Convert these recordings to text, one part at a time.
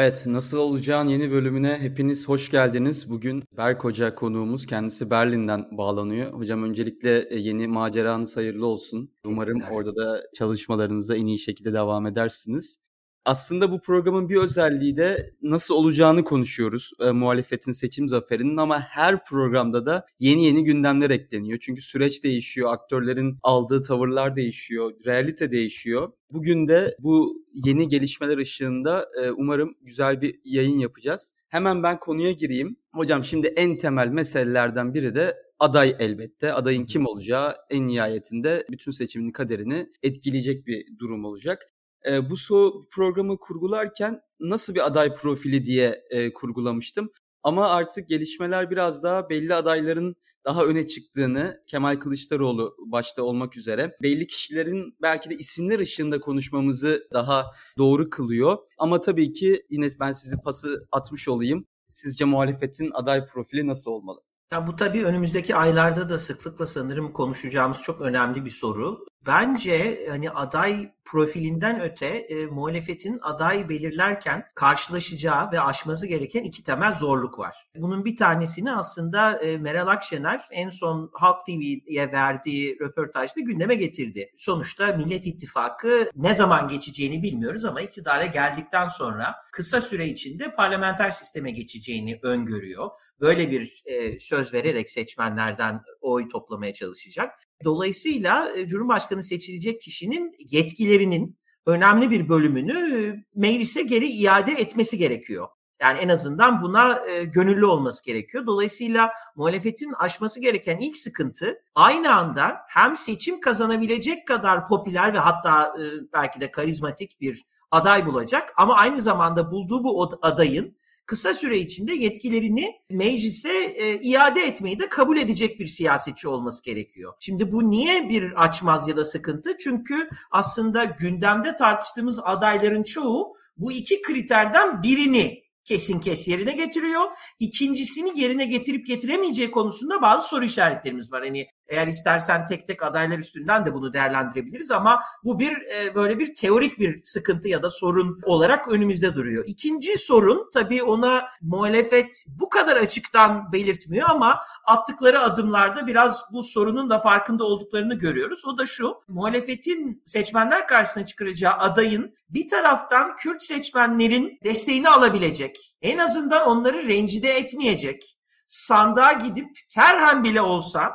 Evet, Nasıl Olacağın yeni bölümüne hepiniz hoş geldiniz. Bugün Berk Hoca konuğumuz. Kendisi Berlin'den bağlanıyor. Hocam öncelikle yeni maceranız hayırlı olsun. Umarım Teşekkürler. orada da çalışmalarınıza en iyi şekilde devam edersiniz. Aslında bu programın bir özelliği de nasıl olacağını konuşuyoruz. Muhalefetin seçim zaferinin ama her programda da yeni gündemler ekleniyor. Çünkü süreç değişiyor, aktörlerin aldığı tavırlar değişiyor, realite değişiyor. Bugün de bu yeni gelişmeler ışığında umarım güzel bir yayın yapacağız. Hemen ben konuya gireyim. Hocam şimdi en temel meselelerden biri de aday elbette. Adayın kim olacağı en nihayetinde bütün seçimin kaderini etkileyecek bir durum olacak. Bu programı kurgularken nasıl bir aday profili diye kurgulamıştım. Ama artık gelişmeler biraz daha belli adayların daha öne çıktığını, Kemal Kılıçdaroğlu başta olmak üzere belli kişilerin belki de isimler ışığında konuşmamızı daha doğru kılıyor. Ama tabii ki yine ben sizi pası atmış olayım. Sizce muhalefetin aday profili nasıl olmalı? Ya bu tabii önümüzdeki aylarda da sıklıkla sanırım konuşacağımız çok önemli bir soru. Bence hani aday profilinden öte muhalefetin aday belirlerken karşılaşacağı ve aşması gereken iki temel zorluk var. Bunun bir tanesini aslında Meral Akşener en son Halk TV'ye verdiği röportajda gündeme getirdi. Sonuçta Millet İttifakı ne zaman geçeceğini bilmiyoruz ama iktidara geldikten sonra kısa süre içinde parlamenter sisteme geçeceğini öngörüyor. Böyle bir söz vererek seçmenlerden oy toplamaya çalışacak. Dolayısıyla Cumhurbaşkanı seçilecek kişinin yetkilerinin önemli bir bölümünü meclise geri iade etmesi gerekiyor. Yani en azından buna gönüllü olması gerekiyor. Dolayısıyla muhalefetin aşması gereken ilk sıkıntı aynı anda hem seçim kazanabilecek kadar popüler ve hatta belki de karizmatik bir aday bulacak ama aynı zamanda bulduğu bu adayın kısa süre içinde yetkilerini meclise iade etmeyi de kabul edecek bir siyasetçi olması gerekiyor. Şimdi bu niye bir açmaz ya da sıkıntı? Çünkü aslında gündemde tartıştığımız adayların çoğu bu iki kriterden birini kesin kes yerine getiriyor. İkincisini yerine getirip getiremeyeceği konusunda bazı soru işaretlerimiz var. Hani eğer istersen tek tek adaylar üstünden de bunu değerlendirebiliriz ama bu bir böyle bir teorik bir sıkıntı ya da sorun olarak önümüzde duruyor. İkinci sorun tabii ona muhalefet bu kadar açıktan belirtmiyor ama attıkları adımlarda biraz bu sorunun da farkında olduklarını görüyoruz. O da şu: muhalefetin seçmenler karşısına çıkaracağı adayın bir taraftan Kürt seçmenlerin desteğini alabilecek, en azından onları rencide etmeyecek, sandığa gidip kerhen bile olsa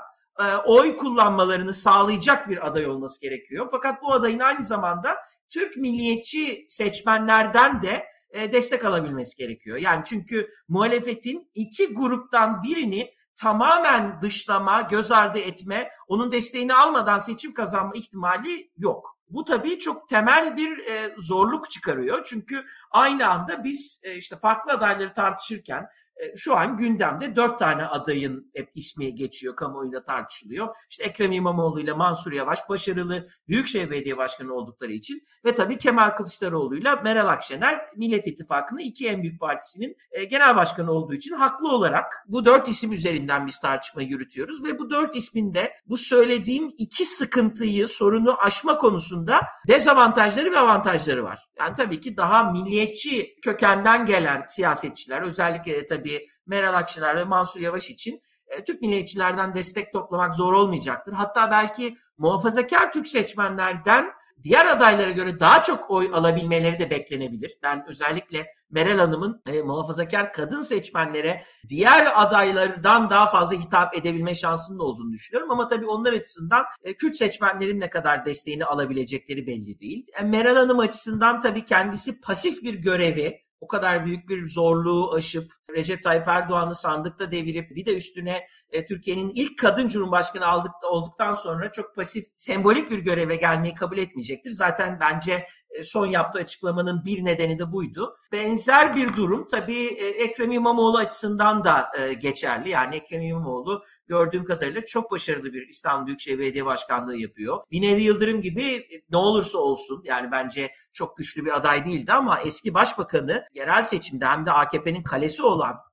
oy kullanmalarını sağlayacak bir aday olması gerekiyor. Fakat bu adayın aynı zamanda Türk milliyetçi seçmenlerden de destek alabilmesi gerekiyor. Yani çünkü muhalefetin iki gruptan birini tamamen dışlama, göz ardı etme, onun desteğini almadan seçim kazanma ihtimali yok. Bu tabii çok temel bir zorluk çıkarıyor. Çünkü aynı anda biz işte farklı adayları tartışırken şu an gündemde 4 tane adayın hep ismi geçiyor, kamuoyunda tartışılıyor. İşte Ekrem İmamoğlu ile Mansur Yavaş başarılı Büyükşehir Belediye Başkanı oldukları için ve tabii Kemal Kılıçdaroğlu ile Meral Akşener Millet İttifakı'nın iki en büyük partisinin genel başkanı olduğu için haklı olarak bu 4 isim üzerinden biz tartışma yürütüyoruz ve bu 4 ismin de bu söylediğim iki sıkıntıyı, sorunu aşma konusunda dezavantajları ve avantajları var. Yani tabii ki daha milliyetçi kökenden gelen siyasetçiler, özellikle de tabii Meral Akşener ve Mansur Yavaş için Türk milliyetçilerden destek toplamak zor olmayacaktır. Hatta belki muhafazakar Türk seçmenlerden diğer adaylara göre daha çok oy alabilmeleri de beklenebilir. Ben özellikle Meral Hanım'ın muhafazakar kadın seçmenlere diğer adaylardan daha fazla hitap edebilme şansının olduğunu düşünüyorum. Ama tabii onlar açısından Kürt seçmenlerin ne kadar desteğini alabilecekleri belli değil. Meral Hanım açısından tabii kendisi pasif bir görevi, o kadar büyük bir zorluğu aşıp Recep Tayyip Erdoğan'ı sandıkta devirip bir de üstüne Türkiye'nin ilk kadın cumhurbaşkanı olduktan sonra çok pasif, sembolik bir göreve gelmeyi kabul etmeyecektir. Zaten bence son yaptığı açıklamanın bir nedeni de buydu. Benzer bir durum tabii Ekrem İmamoğlu açısından da geçerli. Yani Ekrem İmamoğlu gördüğüm kadarıyla çok başarılı bir İstanbul Büyükşehir Belediye Başkanlığı yapıyor. Binali Yıldırım gibi ne olursa olsun, yani bence çok güçlü bir aday değildi ama eski başbakanı yerel seçimde hem de AKP'nin kalesi olan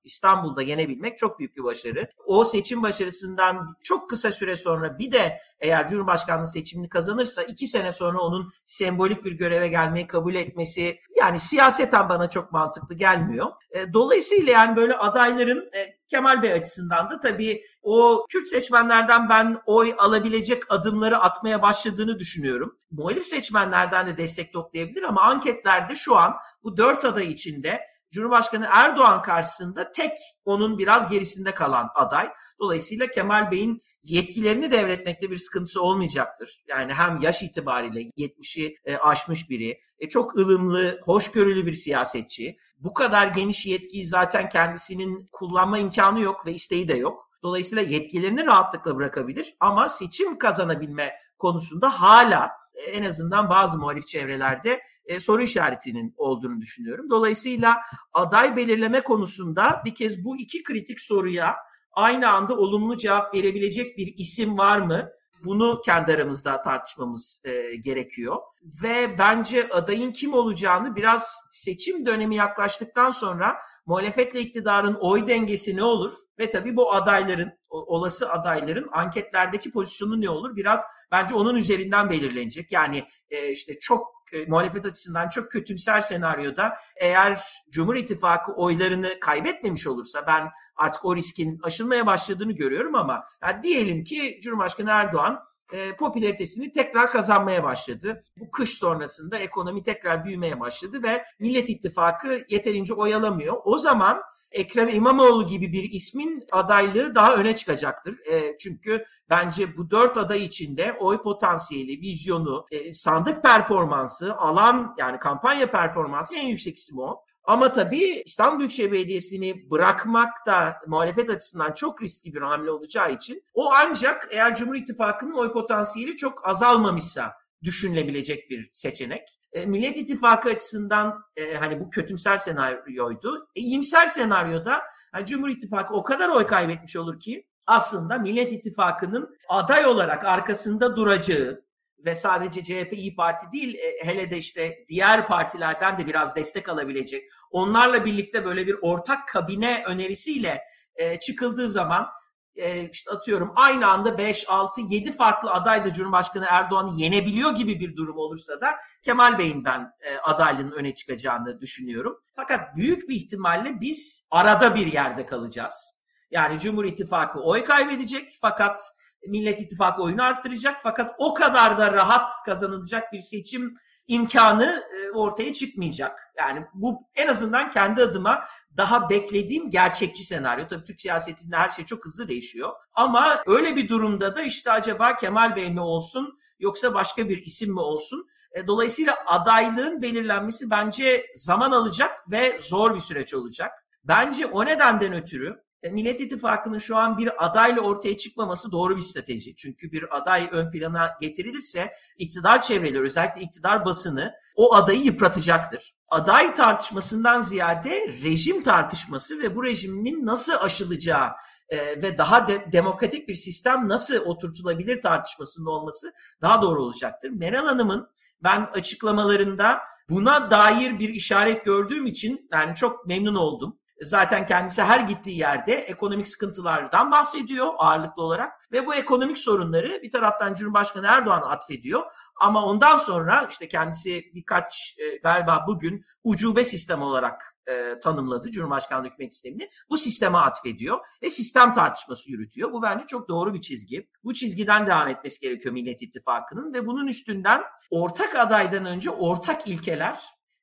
İstanbul'da yenebilmek çok büyük bir başarı. O seçim başarısından çok kısa süre sonra bir de eğer Cumhurbaşkanlığı seçimini kazanırsa 2 sene sonra onun sembolik bir göreve gelmeyi kabul etmesi yani siyaseten bana çok mantıklı gelmiyor. Dolayısıyla yani böyle adayların Kemal Bey açısından da tabii o Kürt seçmenlerden ben oy alabilecek adımları atmaya başladığını düşünüyorum. Muhalif seçmenlerden de destek toplayabilir ama anketlerde şu an bu 4 aday içinde Cumhurbaşkanı Erdoğan karşısında tek onun biraz gerisinde kalan aday. Dolayısıyla Kemal Bey'in yetkilerini devretmekte bir sıkıntısı olmayacaktır. Yani hem yaş itibariyle 70'i aşmış biri, çok ılımlı, hoşgörülü bir siyasetçi. Bu kadar geniş yetkiyi zaten kendisinin kullanma imkanı yok ve isteği de yok. Dolayısıyla yetkilerini rahatlıkla bırakabilir ama seçim kazanabilme konusunda hala en azından bazı muhalif çevrelerde soru işaretinin olduğunu düşünüyorum. Dolayısıyla aday belirleme konusunda bir kez bu iki kritik soruya aynı anda olumlu cevap verebilecek bir isim var mı? Bunu kendi aramızda tartışmamız gerekiyor. Ve bence adayın kim olacağını biraz seçim dönemi yaklaştıktan sonra muhalefetle iktidarın oy dengesi ne olur? Ve tabii bu adayların, olası adayların anketlerdeki pozisyonu ne olur? Biraz bence onun üzerinden belirlenecek. Yani işte çok muhalefet açısından çok kötümser senaryoda eğer Cumhur İttifakı oylarını kaybetmemiş olursa ben artık o riskin aşılmaya başladığını görüyorum ama yani diyelim ki Cumhurbaşkanı Erdoğan popülaritesini tekrar kazanmaya başladı. Bu kış sonrasında ekonomi tekrar büyümeye başladı ve Millet İttifakı yeterince oy alamıyor. O zaman Ekrem İmamoğlu gibi bir ismin adaylığı daha öne çıkacaktır. Çünkü bence bu 4 aday içinde oy potansiyeli, vizyonu, sandık performansı, alan yani kampanya performansı en yüksek isim o. Ama tabii İstanbul Büyükşehir Belediyesi'ni bırakmak da muhalefet açısından çok riskli bir hamle olacağı için o ancak eğer Cumhur İttifakı'nın oy potansiyeli çok azalmamışsa düşünülebilecek bir seçenek. Millet İttifakı açısından hani bu kötümser senaryoydu. İyimser senaryoda yani Cumhur İttifakı o kadar oy kaybetmiş olur ki aslında Millet İttifakı'nın aday olarak arkasında duracağı ve sadece CHP, İYİ Parti değil hele de işte diğer partilerden de biraz destek alabilecek. Onlarla birlikte böyle bir ortak kabine önerisiyle çıkıldığı zaman işte atıyorum aynı anda 5, 6, 7 farklı aday da Cumhurbaşkanı Erdoğan'ı yenebiliyor gibi bir durum olursa da Kemal Bey'in ben adaylığın öne çıkacağını düşünüyorum. Fakat büyük bir ihtimalle biz arada bir yerde kalacağız. Yani Cumhur İttifakı oy kaybedecek fakat Millet İttifakı oyunu arttıracak fakat o kadar da rahat kazanılacak bir seçim imkanı ortaya çıkmayacak. Yani bu en azından kendi adıma daha beklediğim gerçekçi senaryo. Tabii Türk siyasetinde her şey çok hızlı değişiyor. Ama öyle bir durumda da işte acaba Kemal Bey mi olsun yoksa başka bir isim mi olsun? Dolayısıyla adaylığın belirlenmesi bence zaman alacak ve zor bir süreç olacak. Bence o nedenden ötürü Millet İttifakı'nın şu an bir adayla ortaya çıkmaması doğru bir strateji. Çünkü bir aday ön plana getirilirse iktidar çevreleri özellikle iktidar basını o adayı yıpratacaktır. Aday tartışmasından ziyade rejim tartışması ve bu rejimin nasıl aşılacağı ve daha demokratik bir sistem nasıl oturtulabilir tartışmasının olması daha doğru olacaktır. Meral Hanım'ın ben açıklamalarında buna dair bir işaret gördüğüm için yani çok memnun oldum. Zaten kendisi her gittiği yerde ekonomik sıkıntılardan bahsediyor ağırlıklı olarak ve bu ekonomik sorunları bir taraftan Cumhurbaşkanı Erdoğan'a atfediyor ama ondan sonra işte kendisi birkaç galiba bugün ucube sistem olarak tanımladı Cumhurbaşkanlığı hükümet sistemini. Bu sisteme atfediyor ve sistem tartışması yürütüyor. Bu bence çok doğru bir çizgi. Bu çizgiden devam etmesi gerekiyor Millet İttifakı'nın ve bunun üstünden ortak adaydan önce ortak ilkeler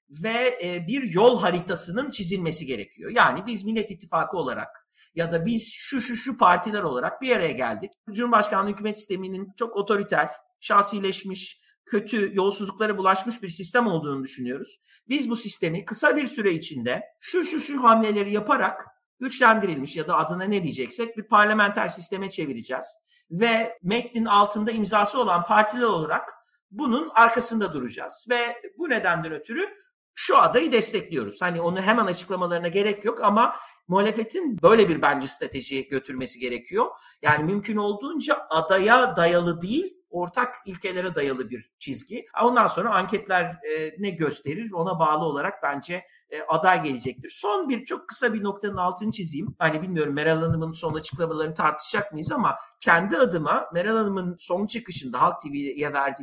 ve bir yol haritasının çizilmesi gerekiyor. Yani biz Millet İttifakı olarak ya da biz şu partiler olarak bir araya geldik. Cumhurbaşkanlığı hükümet sisteminin çok otoriter, şahsileşmiş, kötü, yolsuzluklara bulaşmış bir sistem olduğunu düşünüyoruz. Biz bu sistemi kısa bir süre içinde şu hamleleri yaparak güçlendirilmiş ya da adına ne diyeceksek bir parlamenter sisteme çevireceğiz. Ve metnin altında imzası olan partiler olarak bunun arkasında duracağız. Ve bu nedenden ötürü şu adayı destekliyoruz. Hani onu hemen açıklamalarına gerek yok ama muhalefetin böyle bir bence strateji götürmesi gerekiyor. Yani mümkün olduğunca adaya dayalı değil, ortak ilkelere dayalı bir çizgi. Ondan sonra anketler ne gösterir ona bağlı olarak bence aday gelecektir. Son çok kısa bir noktanın altını çizeyim. Hani bilmiyorum Meral Hanım'ın son açıklamalarını tartışacak mıyız ama kendi adıma Meral Hanım'ın son çıkışında Halk TV'ye verdiği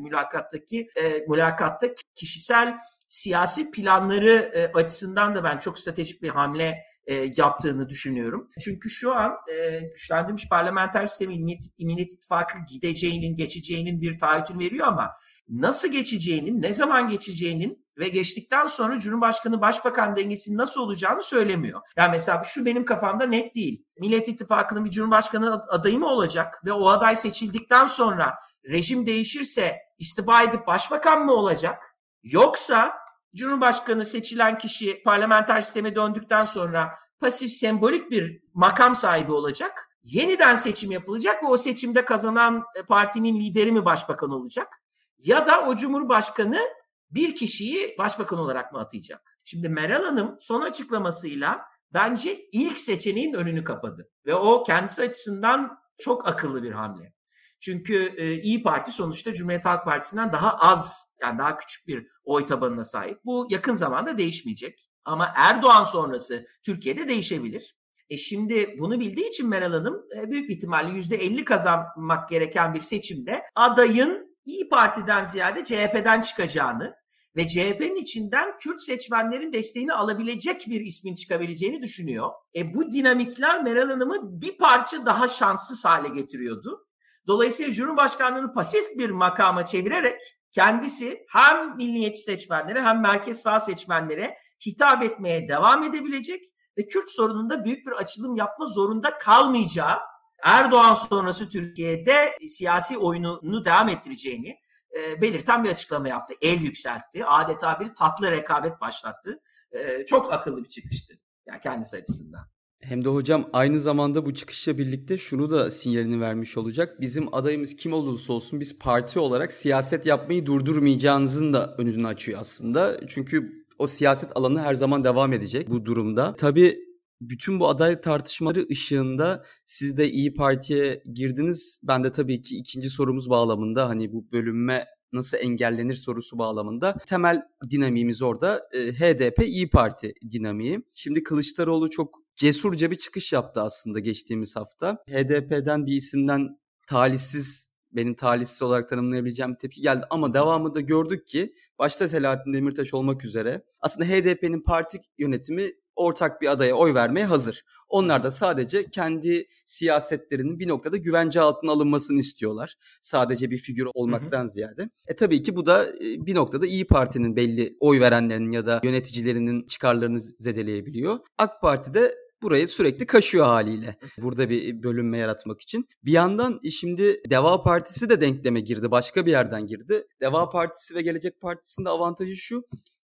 mülakatta kişisel siyasi planları açısından da ben çok stratejik bir hamle yaptığını düşünüyorum. Çünkü şu an güçlendirilmiş parlamenter sistemin Millet İttifakı geçeceğinin bir taahhütünü veriyor ama nasıl geçeceğinin, ne zaman geçeceğinin ve geçtikten sonra Cumhurbaşkanı Başbakan dengesinin nasıl olacağını söylemiyor. Yani mesela şu benim kafamda net değil. Millet İttifakı'nın bir Cumhurbaşkanı adayı mı olacak ve o aday seçildikten sonra rejim değişirse istifa edip başbakan mı olacak? Yoksa Cumhurbaşkanı seçilen kişi parlamenter sisteme döndükten sonra pasif sembolik bir makam sahibi olacak. Yeniden seçim yapılacak ve o seçimde kazanan partinin lideri mi başbakan olacak? Ya da o Cumhurbaşkanı bir kişiyi başbakan olarak mı atayacak? Şimdi Meral Hanım son açıklamasıyla bence ilk seçeneğin önünü kapadı. Ve o kendisi açısından çok akıllı bir hamle. Çünkü İYİ Parti sonuçta Cumhuriyet Halk Partisi'nden daha az, yani daha küçük bir oy tabanına sahip. Bu yakın zamanda değişmeyecek. Ama Erdoğan sonrası Türkiye'de değişebilir. Şimdi bunu bildiği için Meral Hanım büyük bir ihtimalle %50 kazanmak gereken bir seçimde adayın İYİ Parti'den ziyade CHP'den çıkacağını ve CHP'nin içinden Kürt seçmenlerin desteğini alabilecek bir ismin çıkabileceğini düşünüyor. Bu dinamikler Meral Hanım'ı bir parça daha şanssız hale getiriyordu. Dolayısıyla Cumhurbaşkanlığını pasif bir makama çevirerek kendisi hem milliyetçi seçmenlere hem merkez sağ seçmenlere hitap etmeye devam edebilecek ve Kürt sorununda büyük bir açılım yapma zorunda kalmayacağı, Erdoğan sonrası Türkiye'de siyasi oyununu devam ettireceğini belirten bir açıklama yaptı. El yükseltti. Adeta bir tatlı rekabet başlattı. Çok akıllı bir çıkıştı. Yani kendisi açısından. Hem de hocam aynı zamanda bu çıkışla birlikte şunu da sinyalini vermiş olacak. Bizim adayımız kim olursa olsun biz parti olarak siyaset yapmayı durdurmayacağınızın da önünü açıyor aslında. Çünkü o siyaset alanı her zaman devam edecek bu durumda. Tabii bütün bu aday tartışmaları ışığında siz de İYİ Parti'ye girdiniz. Ben de tabii ki ikinci sorumuz bağlamında hani bu bölünme nasıl engellenir sorusu bağlamında temel dinamiğimiz orada HDP İYİ Parti dinamiği. Şimdi Kılıçdaroğlu çok cesurca bir çıkış yaptı aslında geçtiğimiz hafta. HDP'den bir isimden benim talihsiz olarak tanımlayabileceğim bir tepki geldi ama devamında gördük ki başta Selahattin Demirtaş olmak üzere aslında HDP'nin parti yönetimi ortak bir adaya oy vermeye hazır. Onlar da sadece kendi siyasetlerinin bir noktada güvence altına alınmasını istiyorlar. Sadece bir figür olmaktan ziyade. Tabii ki bu da bir noktada İYİ Parti'nin belli oy verenlerinin ya da yöneticilerinin çıkarlarını zedeleyebiliyor. AK Parti de burayı sürekli kaşıyor haliyle. Burada bir bölünme yaratmak için. Bir yandan şimdi Deva Partisi de denkleme girdi. Başka bir yerden girdi. Deva Partisi ve Gelecek Partisi'nin de avantajı şu.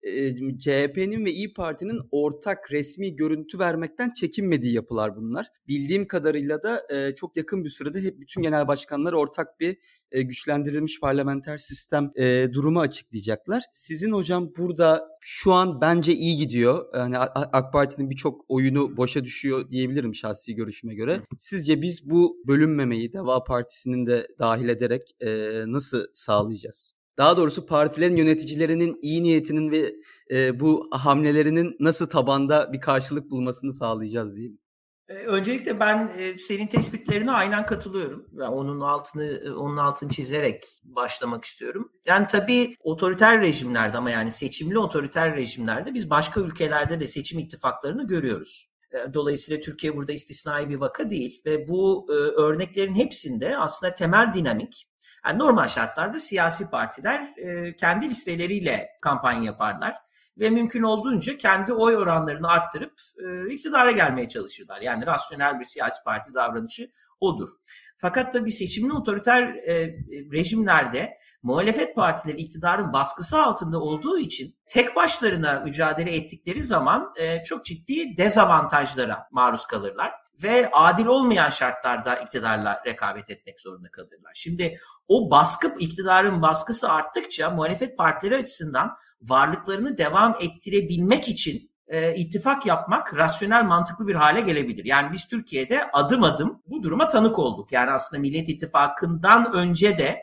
CHP'nin ve İYİ Parti'nin ortak resmi görüntü vermekten çekinmediği yapılar bunlar. Bildiğim kadarıyla da çok yakın bir sürede hep bütün genel başkanlar ortak bir güçlendirilmiş parlamenter sistem durumu açıklayacaklar. Sizin hocam burada şu an bence iyi gidiyor. Yani AK Parti'nin birçok oyunu boşa düşüyor diyebilirim şahsi görüşüme göre. Sizce biz bu bölünmemeyi Deva Partisi'nin de dahil ederek nasıl sağlayacağız? Daha doğrusu partilerin yöneticilerinin iyi niyetinin ve bu hamlelerinin nasıl tabanda bir karşılık bulmasını sağlayacağız diyelim. Öncelikle ben senin tespitlerine aynen katılıyorum. Yani onun altını çizerek başlamak istiyorum. Yani tabii otoriter rejimlerde ama yani seçimli otoriter rejimlerde biz başka ülkelerde de seçim ittifaklarını görüyoruz. Dolayısıyla Türkiye burada istisnai bir vaka değil ve bu örneklerin hepsinde aslında temel dinamik. Yani normal şartlarda siyasi partiler kendi listeleriyle kampanya yaparlar ve mümkün olduğunca kendi oy oranlarını arttırıp iktidara gelmeye çalışırlar. Yani rasyonel bir siyasi parti davranışı odur. Fakat tabii seçimli otoriter rejimlerde muhalefet partileri iktidarın baskısı altında olduğu için tek başlarına mücadele ettikleri zaman çok ciddi dezavantajlara maruz kalırlar. Ve adil olmayan şartlarda iktidarla rekabet etmek zorunda kalırlar. Şimdi o iktidarın baskısı arttıkça muhalefet partileri açısından varlıklarını devam ettirebilmek için ittifak yapmak rasyonel mantıklı bir hale gelebilir. Yani biz Türkiye'de adım adım bu duruma tanık olduk. Yani aslında Millet İttifakı'ndan önce de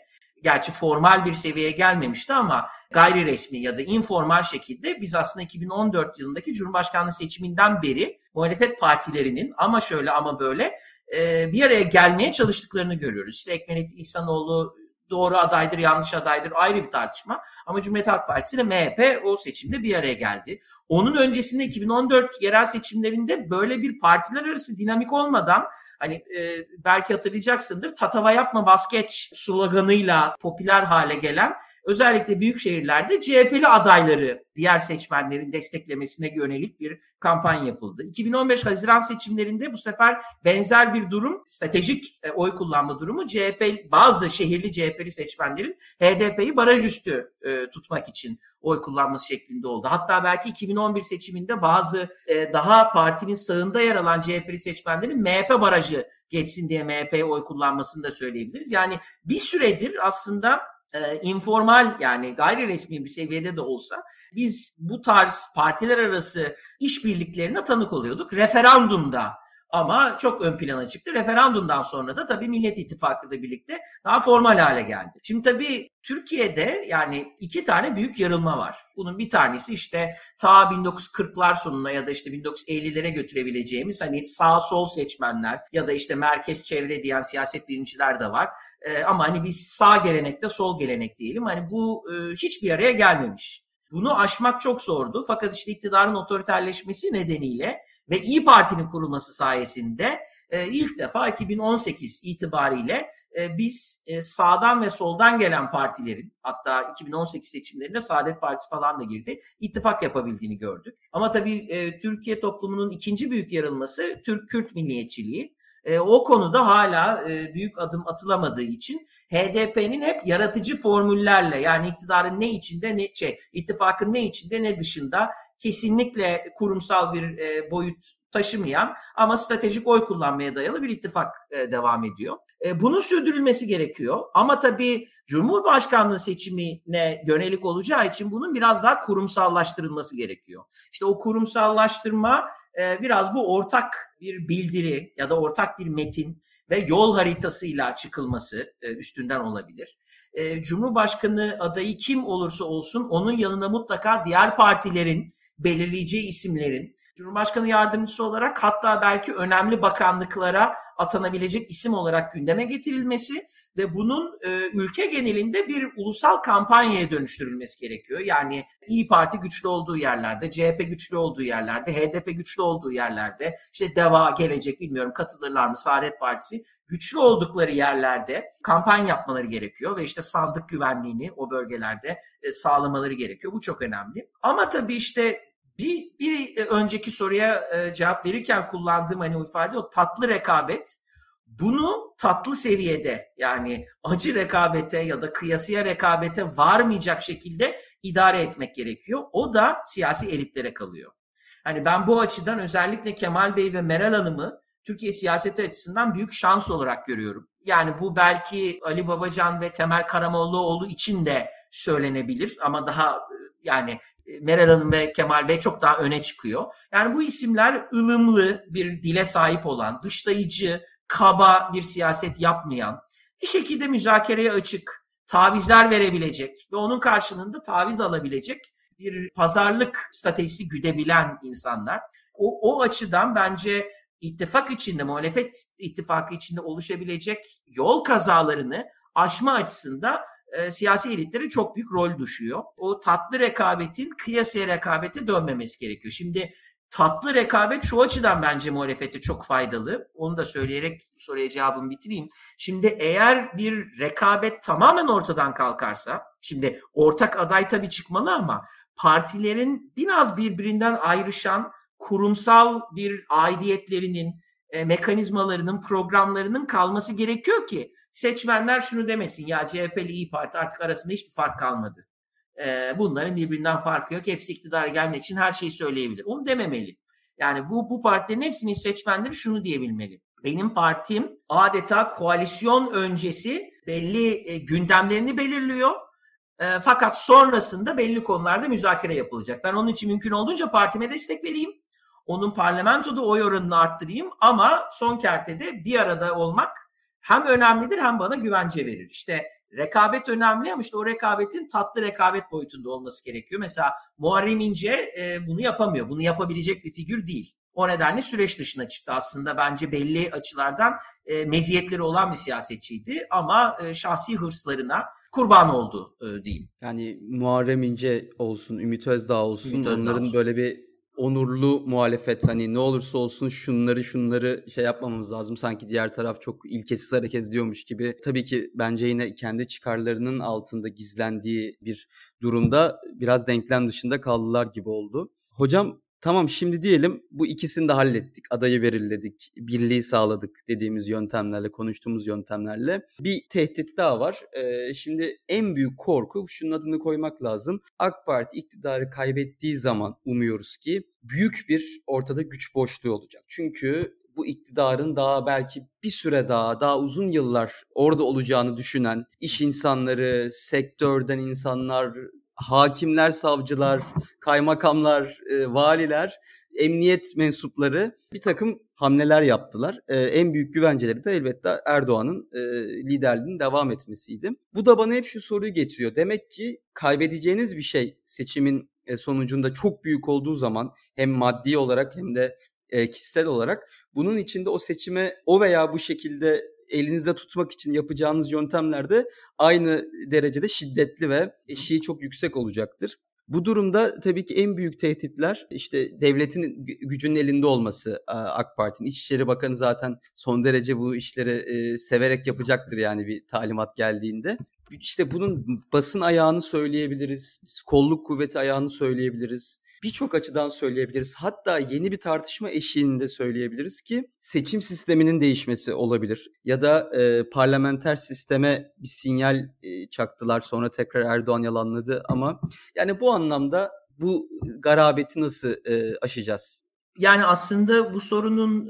gerçi formal bir seviyeye gelmemişti ama gayri resmi ya da informal şekilde biz aslında 2014 yılındaki Cumhurbaşkanlığı seçiminden beri muhalefet partilerinin ama şöyle ama böyle bir araya gelmeye çalıştıklarını görüyoruz. İşte Ekmelettin İhsanoğlu doğru adaydır, yanlış adaydır ayrı bir tartışma. Ama Cumhuriyet Halk Partisi ile MHP o seçimde bir araya geldi. Onun öncesinde 2014 yerel seçimlerinde böyle bir partiler arası dinamik olmadan hani belki hatırlayacaksındır tatava yapma baskeç sloganıyla popüler hale gelen özellikle büyük şehirlerde CHP'li adayları diğer seçmenlerin desteklemesine yönelik bir kampanya yapıldı. 2015 Haziran seçimlerinde bu sefer benzer bir durum, stratejik oy kullanma durumu bazı şehirli CHP'li seçmenlerin HDP'yi baraj üstü tutmak için oy kullanması şeklinde oldu. Hatta belki 2011 seçiminde bazı daha partinin sağında yer alan CHP'li seçmenlerin MHP barajı geçsin diye MHP'ye oy kullanmasını da söyleyebiliriz. Yani bir süredir aslında informal yani gayri resmi bir seviyede de olsa biz bu tarz partiler arası işbirliklerine tanık oluyorduk. Referandumda ama çok ön plana çıktı. Referandumdan sonra da tabii Millet İttifakı ile birlikte daha formal hale geldi. Şimdi tabii Türkiye'de yani iki tane büyük yarılma var. Bunun bir tanesi işte ta 1940'lar sonuna ya da işte 1950'lere götürebileceğimiz hani sağ sol seçmenler ya da işte merkez çevre diyen siyaset bilimciler de var. Ama hani biz sağ gelenekte sol gelenek diyelim. Hani bu hiçbir araya gelmemiş. Bunu aşmak çok zordu. Fakat işte iktidarın otoriterleşmesi nedeniyle ve İYİ Parti'nin kurulması sayesinde ilk defa 2018 itibariyle biz sağdan ve soldan gelen partilerin hatta 2018 seçimlerinde Saadet Partisi falan da girdi. İttifak yapabildiğini gördük. Ama tabii Türkiye toplumunun ikinci büyük yarılması Türk-Kürt milliyetçiliği. O konuda hala büyük adım atılamadığı için HDP'nin hep yaratıcı formüllerle yani iktidarın ne içinde ne ittifakın ne içinde ne dışında kesinlikle kurumsal bir boyut taşımayan ama stratejik oy kullanmaya dayalı bir ittifak devam ediyor. Bunun sürdürülmesi gerekiyor ama tabii Cumhurbaşkanlığı seçimine yönelik olacağı için bunun biraz daha kurumsallaştırılması gerekiyor. İşte o kurumsallaştırma biraz bu ortak bir bildiri ya da ortak bir metin ve yol haritasıyla çıkılması üstünden olabilir. Cumhurbaşkanı adayı kim olursa olsun onun yanına mutlaka diğer partilerin belirleyeceği isimlerin Cumhurbaşkanı yardımcısı olarak hatta belki önemli bakanlıklara atanabilecek isim olarak gündeme getirilmesi ve bunun ülke genelinde bir ulusal kampanyaya dönüştürülmesi gerekiyor. Yani İYİ Parti güçlü olduğu yerlerde, CHP güçlü olduğu yerlerde, HDP güçlü olduğu yerlerde, işte DEVA, Gelecek bilmiyorum katılırlar mı, Saadet Partisi güçlü oldukları yerlerde kampanya yapmaları gerekiyor ve işte sandık güvenliğini o bölgelerde sağlamaları gerekiyor. Bu çok önemli. Ama tabii işte bir önceki soruya cevap verirken kullandığım hani o ifade o tatlı rekabet. Bunu tatlı seviyede yani acı rekabete ya da kıyasıya rekabete varmayacak şekilde idare etmek gerekiyor. O da siyasi elitlere kalıyor. Hani ben bu açıdan özellikle Kemal Bey ve Meral Hanım'ı Türkiye siyaseti açısından büyük şans olarak görüyorum. Yani bu belki Ali Babacan ve Temel Karamollaoğlu için de söylenebilir ama daha yani Meral Hanım ve Kemal Bey çok daha öne çıkıyor. Yani bu isimler ılımlı bir dile sahip olan, dışlayıcı, kaba bir siyaset yapmayan, bir şekilde müzakereye açık, tavizler verebilecek ve onun karşılığında taviz alabilecek bir pazarlık stratejisi güdebilen insanlar. O açıdan bence ittifak içinde, muhalefet ittifakı içinde oluşabilecek yol kazalarını aşma açısından siyasi elitlere çok büyük rol düşüyor. O tatlı rekabetin kıyasıya rekabete dönmemesi gerekiyor. Şimdi tatlı rekabet şu açıdan bence muhalefete çok faydalı. Onu da söyleyerek soruya cevabımı bitireyim. Şimdi eğer bir rekabet tamamen ortadan kalkarsa, şimdi ortak aday tabii çıkmalı ama partilerin biraz birbirinden ayrışan kurumsal bir aidiyetlerinin, mekanizmalarının, programlarının kalması gerekiyor ki seçmenler şunu demesin ya CHP'li İYİ Parti artık arasında hiçbir fark kalmadı. Bunların birbirinden farkı yok. Hepsi iktidara gelmek için her şeyi söyleyebilir. Onu dememeli. Yani bu partilerin hepsinin seçmenleri şunu diyebilmeli. Benim partim adeta koalisyon öncesi belli gündemlerini belirliyor. Fakat sonrasında belli konularda müzakere yapılacak. Ben onun için mümkün olduğunca partime destek vereyim. Onun parlamentoda oy oranını arttırayım ama son kertede bir arada olmak hem önemlidir hem bana güvence verir. İşte rekabet önemli ama işte o rekabetin tatlı rekabet boyutunda olması gerekiyor. Mesela Muharrem İnce bunu yapamıyor. Bunu yapabilecek bir figür değil. O nedenle süreç dışına çıktı. Aslında bence belli açılardan meziyetleri olan bir siyasetçiydi ama şahsi hırslarına kurban oldu diyeyim. Yani Muharrem İnce olsun, Ümit Özdağ olsun, Ümit Özdağ onların olsun. böyle bir onurlu muhalefet, hani ne olursa olsun şunları şey yapmamamız lazım. Sanki diğer taraf çok ilkesiz hareket ediyormuş gibi. Tabii ki bence yine kendi çıkarlarının altında gizlendiği bir durumda biraz denklem dışında kaldılar gibi oldu. Hocam, tamam, şimdi diyelim bu ikisini de hallettik. Adayı belirledik, birliği sağladık dediğimiz yöntemlerle, konuştuğumuz yöntemlerle. Bir tehdit daha var. Şimdi en büyük korku, şunun adını koymak lazım. AK Parti iktidarı kaybettiği zaman umuyoruz ki büyük bir ortada güç boşluğu olacak. Çünkü bu iktidarın daha belki bir süre daha uzun yıllar orada olacağını düşünen iş insanları, sektörden insanlar, hakimler, savcılar, kaymakamlar, valiler, emniyet mensupları bir takım hamleler yaptılar. En büyük güvenceleri de elbette Erdoğan'ın liderliğinin devam etmesiydi. Bu da bana hep şu soruyu getiriyor. Demek ki kaybedeceğiniz bir şey seçimin sonucunda çok büyük olduğu zaman hem maddi olarak hem de kişisel olarak bunun içinde o seçime o veya bu şekilde elinizde tutmak için yapacağınız yöntemler de aynı derecede şiddetli ve eşiği çok yüksek olacaktır. Bu durumda tabii ki en büyük tehditler işte devletin gücünün elinde olması. AK Parti'nin İçişleri Bakanı zaten son derece bu işleri severek yapacaktır yani bir talimat geldiğinde. İşte bunun basın ayağını söyleyebiliriz, kolluk kuvveti ayağını söyleyebiliriz. Birçok açıdan söyleyebiliriz. Hatta yeni bir tartışma eşiğinde söyleyebiliriz ki seçim sisteminin değişmesi olabilir. Ya da parlamenter sisteme bir sinyal çaktılar, sonra tekrar Erdoğan yalanladı ama yani bu anlamda bu garabeti nasıl aşacağız? Yani aslında bu sorunun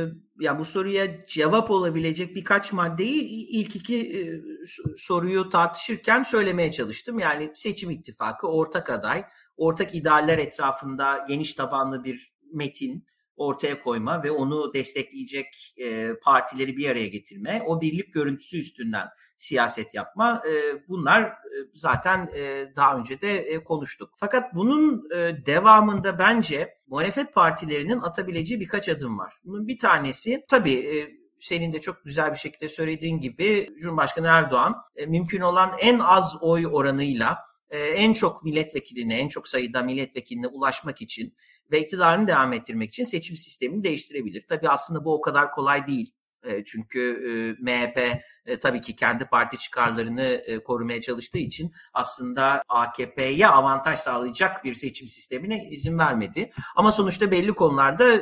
ya bu soruya cevap olabilecek birkaç maddeyi ilk iki soruyu tartışırken söylemeye çalıştım. Yani seçim ittifakı, ortak aday, ortak idealler etrafında geniş tabanlı bir metin ortaya koyma ve onu destekleyecek partileri bir araya getirme, o birlik görüntüsü üstünden siyaset yapma. Bunlar zaten daha önce de konuştuk. Fakat bunun devamında bence muhalefet partilerinin atabileceği birkaç adım var. Bunun bir tanesi tabii senin de çok güzel bir şekilde söylediğin gibi Cumhurbaşkanı Erdoğan mümkün olan en az oy oranıyla en çok milletvekiline, en çok sayıda milletvekiline ulaşmak için ve iktidarını devam ettirmek için seçim sistemini değiştirebilir. Tabii aslında bu o kadar kolay değil. Çünkü MHP tabii ki kendi parti çıkarlarını korumaya çalıştığı için aslında AKP'ye avantaj sağlayacak bir seçim sistemine izin vermedi. Ama sonuçta belli konularda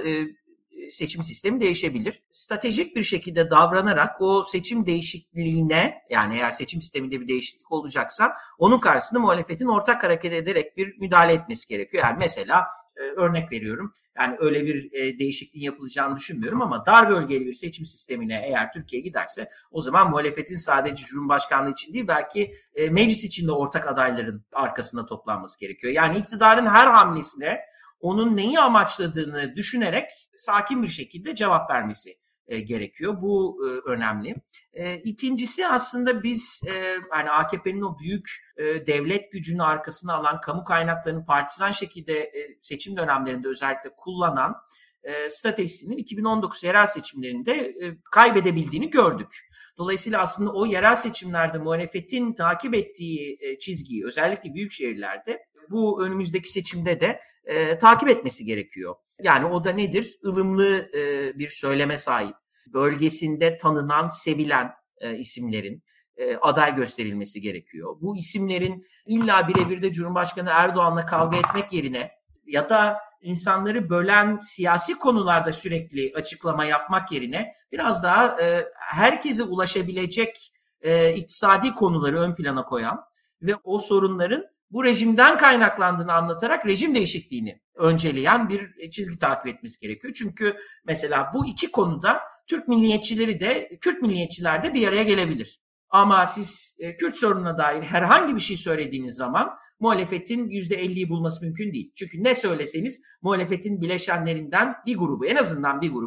seçim sistemi değişebilir. Stratejik bir şekilde davranarak o seçim değişikliğine, yani eğer seçim sisteminde bir değişiklik olacaksa onun karşısında muhalefetin ortak hareket ederek bir müdahale etmesi gerekiyor. Yani mesela örnek veriyorum. Yani öyle bir değişikliğin yapılacağını düşünmüyorum ama dar bölgeli bir seçim sistemine eğer Türkiye giderse o zaman muhalefetin sadece Cumhurbaşkanlığı için değil belki meclis içinde ortak adayların arkasında toplanması gerekiyor. Yani iktidarın her hamlesine onun neyi amaçladığını düşünerek sakin bir şekilde cevap vermesi gerekiyor. Bu önemli. İkincisi aslında biz yani AKP'nin o büyük devlet gücünü arkasına alan kamu kaynaklarını partizan şekilde seçim dönemlerinde özellikle kullanan stratejisinin 2019 yerel seçimlerinde kaybedebildiğini gördük. Dolayısıyla aslında o yerel seçimlerde muhalefetin takip ettiği çizgiyi özellikle büyük şehirlerde bu önümüzdeki seçimde de takip etmesi gerekiyor. Yani o da nedir? Ilımlı bir söyleme sahip, bölgesinde tanınan, sevilen isimlerin aday gösterilmesi gerekiyor. Bu isimlerin illa birebir de Cumhurbaşkanı Erdoğan'la kavga etmek yerine ya da insanları bölen siyasi konularda sürekli açıklama yapmak yerine biraz daha herkese ulaşabilecek iktisadi konuları ön plana koyan ve o sorunların bu rejimden kaynaklandığını anlatarak rejim değişikliğini önceleyen bir çizgi takip etmesi gerekiyor. Çünkü mesela bu iki konuda Türk milliyetçileri de Kürt milliyetçiler de bir araya gelebilir. Ama siz Kürt sorununa dair herhangi bir şey söylediğiniz zaman muhalefetin %50'yi bulması mümkün değil. Çünkü ne söyleseniz muhalefetin bileşenlerinden bir grubu, en azından bir grubu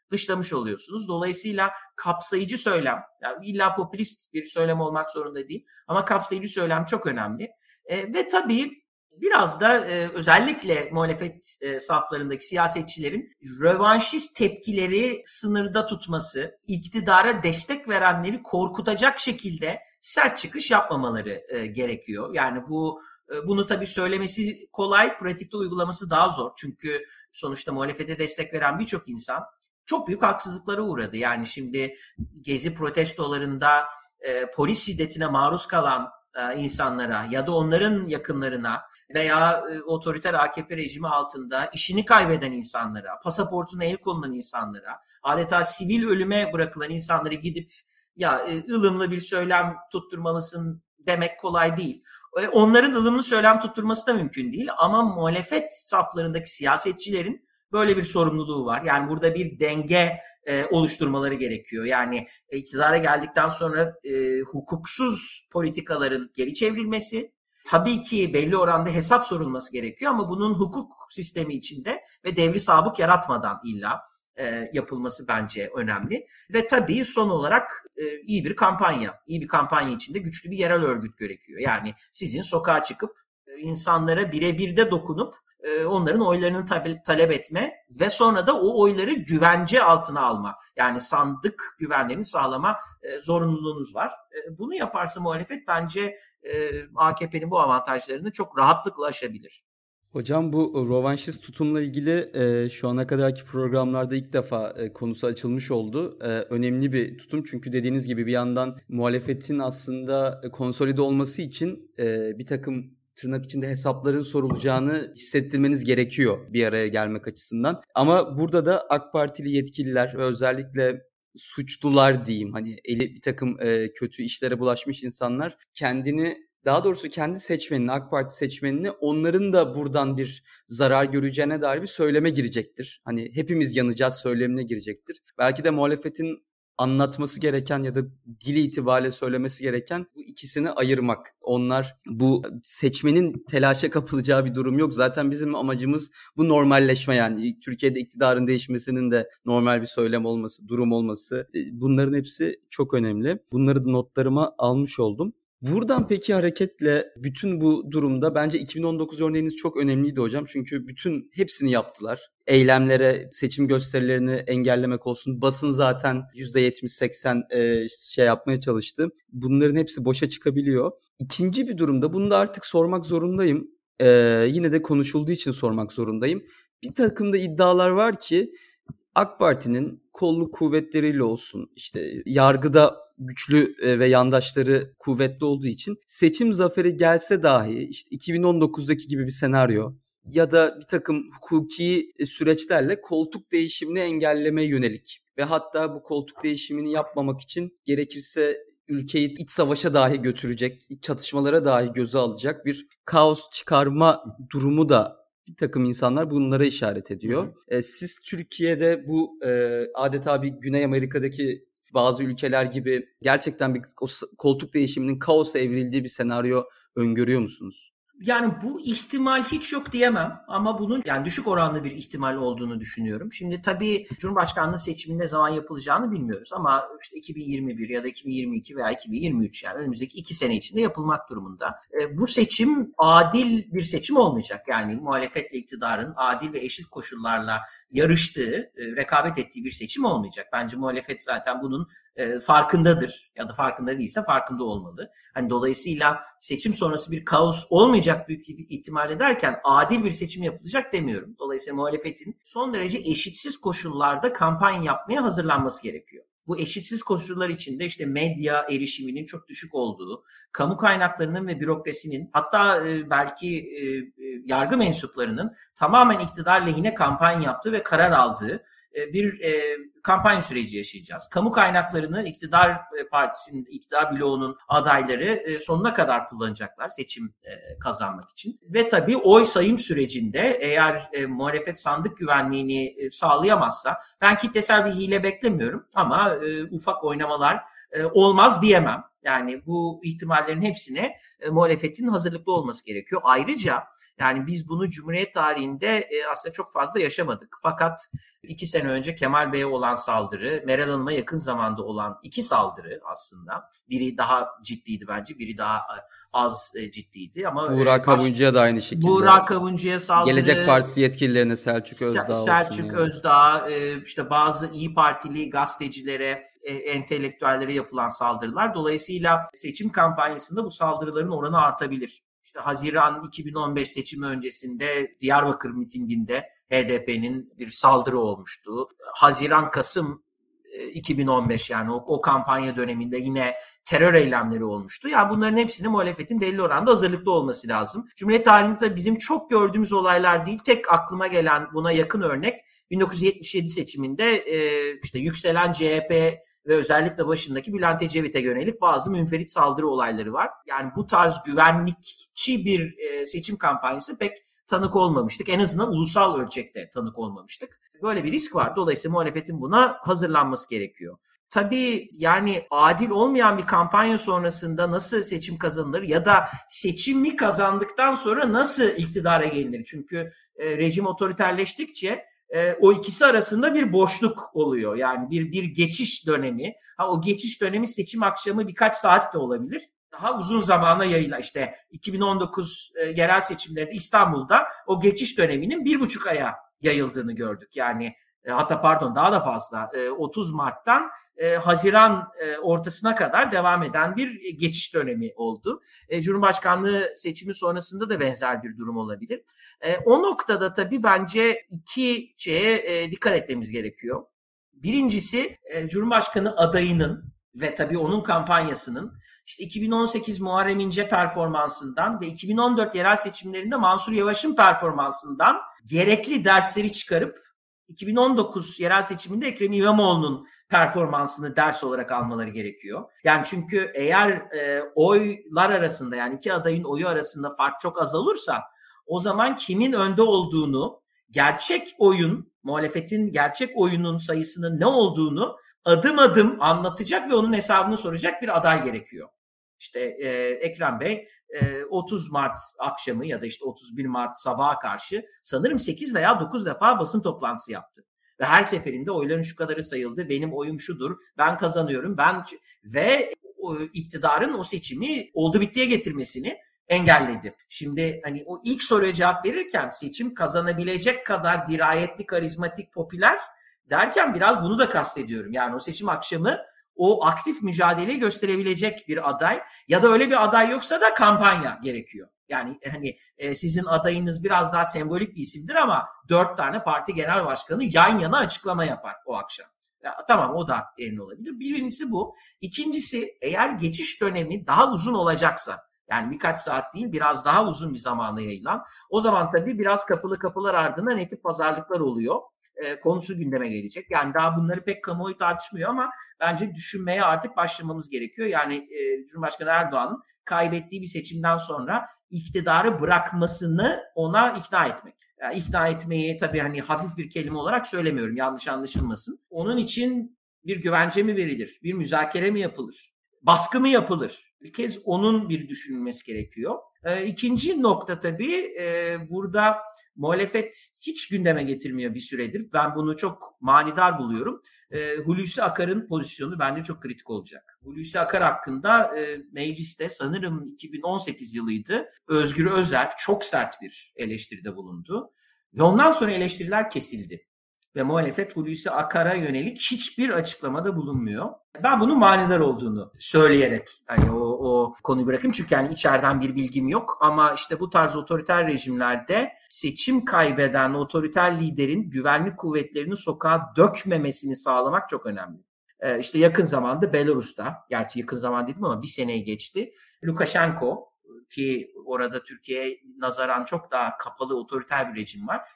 dışlamış oluyorsunuz. Dolayısıyla kapsayıcı söylem, yani illa popülist bir söylem olmak zorunda değil ama kapsayıcı söylem çok önemli. Ve tabii biraz da özellikle muhalefet saflarındaki siyasetçilerin rövanşist tepkileri sınırda tutması, iktidara destek verenleri korkutacak şekilde sert çıkış yapmamaları gerekiyor. Yani bunu tabii söylemesi kolay, pratikte uygulaması daha zor. Çünkü sonuçta muhalefete destek veren birçok insan çok büyük haksızlıklara uğradı. Yani şimdi Gezi protestolarında polis şiddetine maruz kalan insanlara ya da onların yakınlarına veya otoriter AKP rejimi altında işini kaybeden insanlara, pasaportuna el konulan insanlara, adeta sivil ölüme bırakılan insanlara gidip ya ılımlı bir söylem tutturmalısın demek kolay değil. Onların ılımlı söylem tutturması da mümkün değil ama muhalefet saflarındaki siyasetçilerin böyle bir sorumluluğu var. Yani burada bir denge oluşturmaları gerekiyor. Yani iktidara geldikten sonra hukuksuz politikaların geri çevrilmesi, tabii ki belli oranda hesap sorulması gerekiyor ama bunun hukuk sistemi içinde ve devri sabık yaratmadan illa yapılması bence önemli. Ve tabii son olarak iyi bir kampanya. İyi bir kampanya içinde güçlü bir yerel örgüt gerekiyor. Yani sizin sokağa çıkıp insanlara birebir de dokunup onların oylarını talep etme ve sonra da o oyları güvence altına alma. Yani sandık güvenliğini sağlama zorunluluğunuz var. Bunu yaparsa muhalefet bence AKP'nin bu avantajlarını çok rahatlıkla aşabilir. Hocam bu rövanşist tutumla ilgili şu ana kadarki programlarda ilk defa konusu açılmış oldu. Önemli bir tutum çünkü dediğiniz gibi bir yandan muhalefetin aslında konsolide olması için bir takım tırnak içinde hesapların sorulacağını hissettirmeniz gerekiyor bir araya gelmek açısından. Ama burada da AK Partili yetkililer ve özellikle suçlular diyeyim hani bir takım kötü işlere bulaşmış insanlar daha doğrusu kendi seçmenini, AK Parti seçmenini onların da buradan bir zarar göreceğine dair bir söyleme girecektir. Hani hepimiz yanacağız söylemine girecektir. Belki de muhalefetin anlatması gereken ya da dili itibariyle söylemesi gereken bu ikisini ayırmak. Onlar bu seçmenin telaşa kapılacağı bir durum yok. Zaten bizim amacımız bu normalleşme yani. Türkiye'de iktidarın değişmesinin de normal bir söylem olması, durum olması. Bunların hepsi çok önemli. Bunları da notlarıma almış oldum. Buradan peki hareketle bütün bu durumda bence 2019 örneğiniz çok önemliydi hocam. Çünkü hepsini yaptılar. Eylemlere, seçim gösterilerini engellemek olsun. Basın zaten %70-80 yapmaya çalıştı. Bunların hepsi boşa çıkabiliyor. İkinci bir durumda bunu da artık sormak zorundayım. Yine de konuşulduğu için sormak zorundayım. Bir takım da iddialar var ki AK Parti'nin kolluk kuvvetleriyle olsun işte yargıda güçlü ve yandaşları kuvvetli olduğu için seçim zaferi gelse dahi işte 2019'daki gibi bir senaryo ya da bir takım hukuki süreçlerle koltuk değişimini engellemeye yönelik ve hatta bu koltuk değişimini yapmamak için gerekirse ülkeyi iç savaşa dahi götürecek, iç çatışmalara dahi göze alacak bir kaos çıkarma durumu da bir takım insanlar bunlara işaret ediyor. Siz Türkiye'de bu adeta bir Güney Amerika'daki bazı ülkeler gibi gerçekten bir koltuk değişiminin kaosa evrildiği bir senaryo öngörüyor musunuz? Yani bu ihtimal hiç yok diyemem ama bunun yani düşük oranlı bir ihtimal olduğunu düşünüyorum. Şimdi tabii Cumhurbaşkanlığı seçiminin ne zaman yapılacağını bilmiyoruz ama işte 2021 ya da 2022 veya 2023 yani önümüzdeki 2 sene içinde yapılmak durumunda. Bu seçim adil bir seçim olmayacak. Yani muhalefetle iktidarın adil ve eşit koşullarla yarıştığı, rekabet ettiği bir seçim olmayacak. Bence muhalefet zaten bunun farkındadır ya da farkında değilse farkında olmalı. Hani dolayısıyla seçim sonrası bir kaos olmayacak büyük bir ihtimalle derken adil bir seçim yapılacak demiyorum. Dolayısıyla muhalefetin son derece eşitsiz koşullarda kampanya yapmaya hazırlanması gerekiyor. Bu eşitsiz koşullar içinde işte medya erişiminin çok düşük olduğu, kamu kaynaklarının ve bürokrasinin hatta belki yargı mensuplarının tamamen iktidar lehine kampanya yaptığı ve karar aldığı bir kampanya süreci yaşayacağız. Kamu kaynaklarını iktidar partisinin, iktidar bloğunun adayları sonuna kadar kullanacaklar seçim kazanmak için. Ve tabii oy sayım sürecinde eğer muhalefet sandık güvenliğini sağlayamazsa ben kitlesel bir hile beklemiyorum ama ufak oynamalar olmaz diyemem. Yani bu ihtimallerin hepsine muhalefetin hazırlıklı olması gerekiyor. Ayrıca yani biz bunu Cumhuriyet tarihinde aslında çok fazla yaşamadık. Fakat 2 sene önce Kemal Bey'e olan saldırı, Meral Hanım'a yakın zamanda olan 2 saldırı aslında. Biri daha ciddiydi bence, biri daha az ciddiydi. Ama Buğra Kavuncu'ya da aynı şekilde. Buğra Kavuncu'ya saldırı. Gelecek Partisi yetkililerine Selçuk Özdağ olsun. Selçuk Özdağ, işte bazı İYİ Partili gazetecilere, entelektüellere yapılan saldırılar. Dolayısıyla seçim kampanyasında bu saldırıların oranı artabilir. İşte Haziran 2015 seçimi öncesinde Diyarbakır mitinginde HDP'nin bir saldırı olmuştu. Haziran-Kasım 2015 yani o kampanya döneminde yine terör eylemleri olmuştu. Yani bunların hepsini muhalefetin belli oranda hazırlıklı olması lazım. Cumhuriyet tarihinde bizim çok gördüğümüz olaylar değil, tek aklıma gelen buna yakın örnek 1977 seçiminde işte yükselen CHP ve özellikle başındaki Bülent Ecevit'e yönelik bazı münferit saldırı olayları var. Yani bu tarz güvenlikçi bir seçim kampanyası pek tanık olmamıştık. En azından ulusal ölçekte tanık olmamıştık. Böyle bir risk var. Dolayısıyla muhalefetin buna hazırlanması gerekiyor. Tabii yani adil olmayan bir kampanya sonrasında nasıl seçim kazanılır ya da seçimi kazandıktan sonra nasıl iktidara gelinir? Çünkü rejim otoriterleştikçe o ikisi arasında bir boşluk oluyor. Yani bir geçiş dönemi. O geçiş dönemi seçim akşamı birkaç saat de olabilir. Daha uzun zamana yayılan işte 2019 yerel seçimlerinde İstanbul'da o geçiş döneminin 1,5 aya yayıldığını gördük. Yani hatta pardon daha da fazla 30 Mart'tan Haziran ortasına kadar devam eden bir geçiş dönemi oldu. Cumhurbaşkanlığı seçimi sonrasında da benzer bir durum olabilir. O noktada tabii bence iki şeye dikkat etmemiz gerekiyor. Birincisi Cumhurbaşkanı adayının ve tabii onun kampanyasının işte 2018 Muharrem İnce performansından ve 2014 yerel seçimlerinde Mansur Yavaş'ın performansından gerekli dersleri çıkarıp 2019 yerel seçiminde Ekrem İmamoğlu'nun performansını ders olarak almaları gerekiyor. Yani çünkü eğer oylar arasında yani iki adayın oyu arasında fark çok azalırsa o zaman kimin önde olduğunu, gerçek oyun, muhalefetin gerçek oyunun sayısının ne olduğunu adım adım anlatacak ve onun hesabını soracak bir aday gerekiyor. İşte Ekrem Bey 30 Mart akşamı ya da işte 31 Mart sabaha karşı sanırım 8 veya 9 defa basın toplantısı yaptı. Ve her seferinde oyların şu kadarı sayıldı, benim oyum şudur, ben kazanıyorum, ve iktidarın o seçimi oldu bittiye getirmesini engelledi. Şimdi hani o ilk soruya cevap verirken seçim kazanabilecek kadar dirayetli, karizmatik, popüler derken biraz bunu da kastediyorum. Yani o seçim akşamı o aktif mücadeleyi gösterebilecek bir aday ya da öyle bir aday yoksa da kampanya gerekiyor. Yani hani sizin adayınız biraz daha sembolik bir isimdir ama 4 tane parti genel başkanı yan yana açıklama yapar o akşam. Ya, tamam o da eline olabilir. Birincisi bu. İkincisi eğer geçiş dönemi daha uzun olacaksa yani birkaç saat değil biraz daha uzun bir zamana yayılan o zaman tabii biraz kapılı kapılar ardından ne tip pazarlıklar oluyor. Konusu gündeme gelecek. Yani daha bunları pek kamuoyu tartışmıyor ama bence düşünmeye artık başlamamız gerekiyor. Yani Cumhurbaşkanı Erdoğan'ın kaybettiği bir seçimden sonra iktidarı bırakmasını ona ikna etmek. Yani ikna etmeyi tabii hani hafif bir kelime olarak söylemiyorum. Yanlış anlaşılmasın. Onun için bir güvence mi verilir? Bir müzakere mi yapılır? Baskı mı yapılır? Bir kez onun bir düşünülmesi gerekiyor. İkinci nokta tabii burada muhalefet hiç gündeme getirmiyor bir süredir. Ben bunu çok manidar buluyorum. Hulusi Akar'ın pozisyonu bence çok kritik olacak. Hulusi Akar hakkında mecliste sanırım 2018 yılıydı. Özgür Özel çok sert bir eleştiride bulundu. Ve ondan sonra eleştiriler kesildi. Ve muhalefet Hulusi Akar'a yönelik hiçbir açıklamada bulunmuyor. Ben bunun manidar olduğunu söyleyerek hani o konuyu bırakayım çünkü yani içeriden bir bilgim yok ama işte bu tarz otoriter rejimlerde seçim kaybeden otoriter liderin güvenlik kuvvetlerini sokağa dökmemesini sağlamak çok önemli. İşte yakın zamanda Belarus'ta, gerçi yakın zaman dedim ama bir seneyi geçti. Lukashenko ki orada Türkiye'ye nazaran çok daha kapalı otoriter bir rejim var.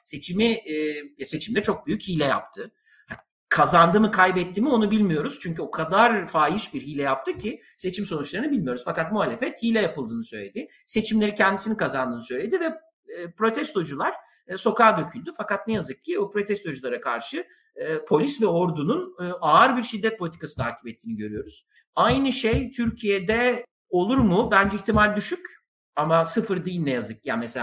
Seçimde çok büyük hile yaptı. Kazandı mı kaybetti mi onu bilmiyoruz. Çünkü o kadar fahiş bir hile yaptı ki seçim sonuçlarını bilmiyoruz. Fakat muhalefet hile yapıldığını söyledi. Seçimleri kendisinin kazandığını söyledi ve protestocular sokağa döküldü. Fakat ne yazık ki o protestoculara karşı polis ve ordunun ağır bir şiddet politikası takip ettiğini görüyoruz. Aynı şey Türkiye'de olur mu? Bence ihtimal düşük ama sıfır değil ne yazık ki. Yani mesela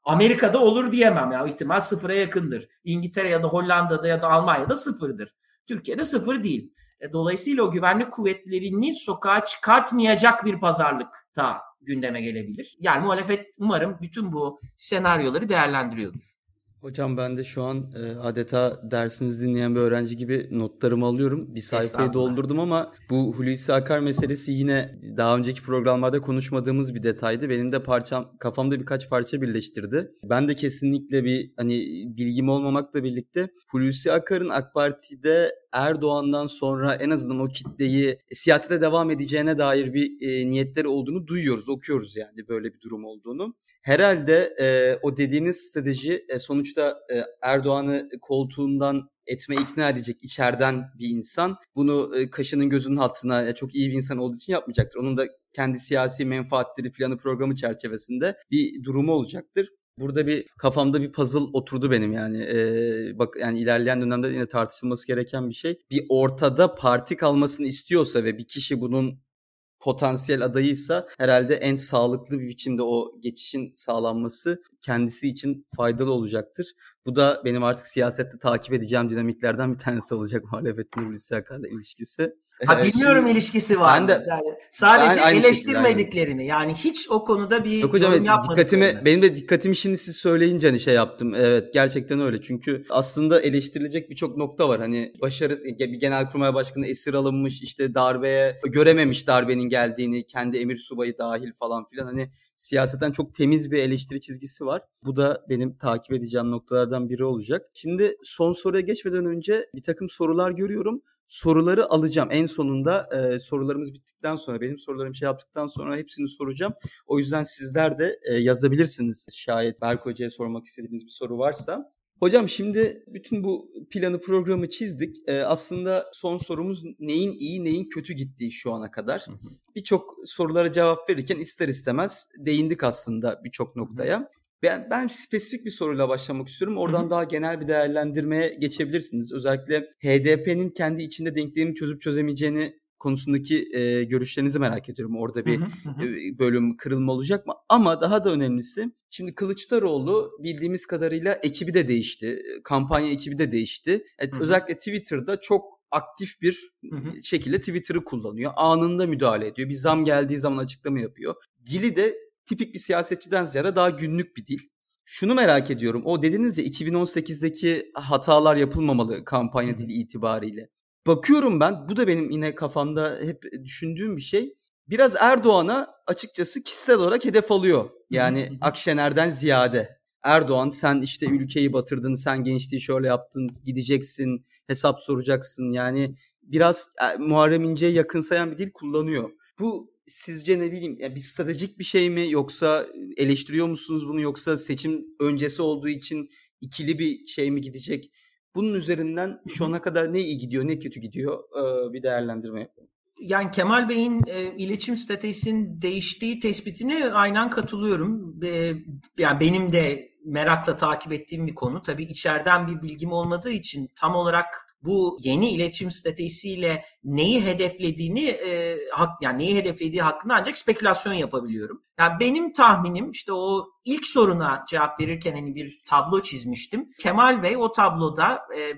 Amerika'da olur diyemem. Yani ihtimal sıfıra yakındır. İngiltere ya da Hollanda'da ya da Almanya'da sıfırdır. Türkiye'de sıfır değil. Dolayısıyla o güvenlik kuvvetlerini sokağa çıkartmayacak bir pazarlık da gündeme gelebilir. Yani muhalefet umarım bütün bu senaryoları değerlendiriyordur. Hocam ben de şu an adeta dersinizi dinleyen bir öğrenci gibi notlarımı alıyorum. Bir sayfayı doldurdum ama bu Hulusi Akar meselesi yine daha önceki programlarda konuşmadığımız bir detaydı. Benim de kafamda birkaç parça birleştirdi. Ben de kesinlikle bir bilgim olmamakla birlikte Hulusi Akar'ın AK Parti'de Erdoğan'dan sonra en azından o kitleyi siyasete devam edeceğine dair bir niyetleri olduğunu duyuyoruz, okuyoruz yani böyle bir durum olduğunu. Herhalde o dediğiniz strateji sonuçta Erdoğan'ı koltuğundan etme ikna edecek içeriden bir insan. Bunu kaşının gözünün altına çok iyi bir insan olduğu için yapmayacaktır. Onun da kendi siyasi menfaatleri, planı, programı çerçevesinde bir durumu olacaktır. Burada bir kafamda bir puzzle oturdu benim yani. Bak yani ilerleyen dönemde yine tartışılması gereken bir şey. Bir ortada parti kalmasını istiyorsa ve bir kişi bunun potansiyel adayıysa herhalde en sağlıklı bir biçimde o geçişin sağlanması kendisi için faydalı olacaktır. Bu da benim artık siyasette takip edeceğim dinamiklerden bir tanesi olacak muhalefetin Hulusi Akar'la ilişkisi. Bilmiyorum ilişkisi var mı? Yani sadece eleştirmediklerini yani hiç o konuda bir Yok hocam, yorum yapmadıklarını. benim de dikkatimi şimdi siz söyleyince hani şey yaptım. Evet gerçekten öyle. Çünkü aslında eleştirilecek birçok nokta var. Hani bir Genelkurmay Başkanı esir alınmış, işte darbeye görememiş darbenin geldiğini, kendi emir subayı dahil falan filan, hani siyaseten çok temiz bir eleştiri çizgisi var. Bu da benim takip edeceğim noktalardan biri olacak. Şimdi son soruya geçmeden önce bir takım sorular görüyorum. Soruları alacağım. En sonunda sorularımız bittikten sonra, benim sorularım yaptıktan sonra hepsini soracağım. O yüzden sizler de yazabilirsiniz. Şayet Berk Hoca'ya sormak istediğiniz bir soru varsa. Hocam şimdi bütün bu planı, programı çizdik. Aslında son sorumuz neyin iyi, neyin kötü gittiği şu ana kadar. Birçok sorulara cevap verirken ister istemez değindik aslında birçok noktaya. Ben spesifik bir soruyla başlamak istiyorum. Oradan daha genel bir değerlendirmeye geçebilirsiniz. Özellikle HDP'nin kendi içinde denklemin çözüp çözemeyeceğini konusundaki görüşlerinizi merak ediyorum. Orada bir bölüm, kırılma olacak mı? Ama daha da önemlisi, şimdi Kılıçdaroğlu bildiğimiz kadarıyla ekibi de değişti. Kampanya ekibi de değişti. Özellikle Twitter'da çok aktif bir şekilde Twitter'ı kullanıyor. Anında müdahale ediyor. Bir zam geldiği zaman açıklama yapıyor. Dili de tipik bir siyasetçiden ziyade daha günlük bir dil. Şunu merak ediyorum. O dediniz ya 2018'deki hatalar yapılmamalı kampanya dili itibariyle. Bakıyorum ben, bu da benim yine kafamda hep düşündüğüm bir şey. Biraz Erdoğan'a açıkçası kişisel olarak hedef alıyor. Yani Akşener'den ziyade. Erdoğan sen işte ülkeyi batırdın, sen gençliği şöyle yaptın, gideceksin, hesap soracaksın. Yani biraz Muharrem İnce'ye yakınsayan bir dil kullanıyor. Bu sizce ne bileyim bir stratejik bir şey mi, yoksa eleştiriyor musunuz bunu, yoksa seçim öncesi olduğu için ikili bir şey mi gidecek? Bunun üzerinden şu ana kadar ne iyi gidiyor, ne kötü gidiyor bir değerlendirme yapalım. Yani Kemal Bey'in iletişim stratejisinin değiştiği tespitine aynen katılıyorum. Yani benim de merakla takip ettiğim bir konu. Tabii içeriden bir bilgim olmadığı için tam olarak bu yeni iletişim stratejisiyle neyi hedeflediğini yani neyi hedeflediği hakkında ancak spekülasyon yapabiliyorum. Yani benim tahminim, işte o ilk soruna cevap verirken hani bir tablo çizmiştim. Kemal Bey o tabloda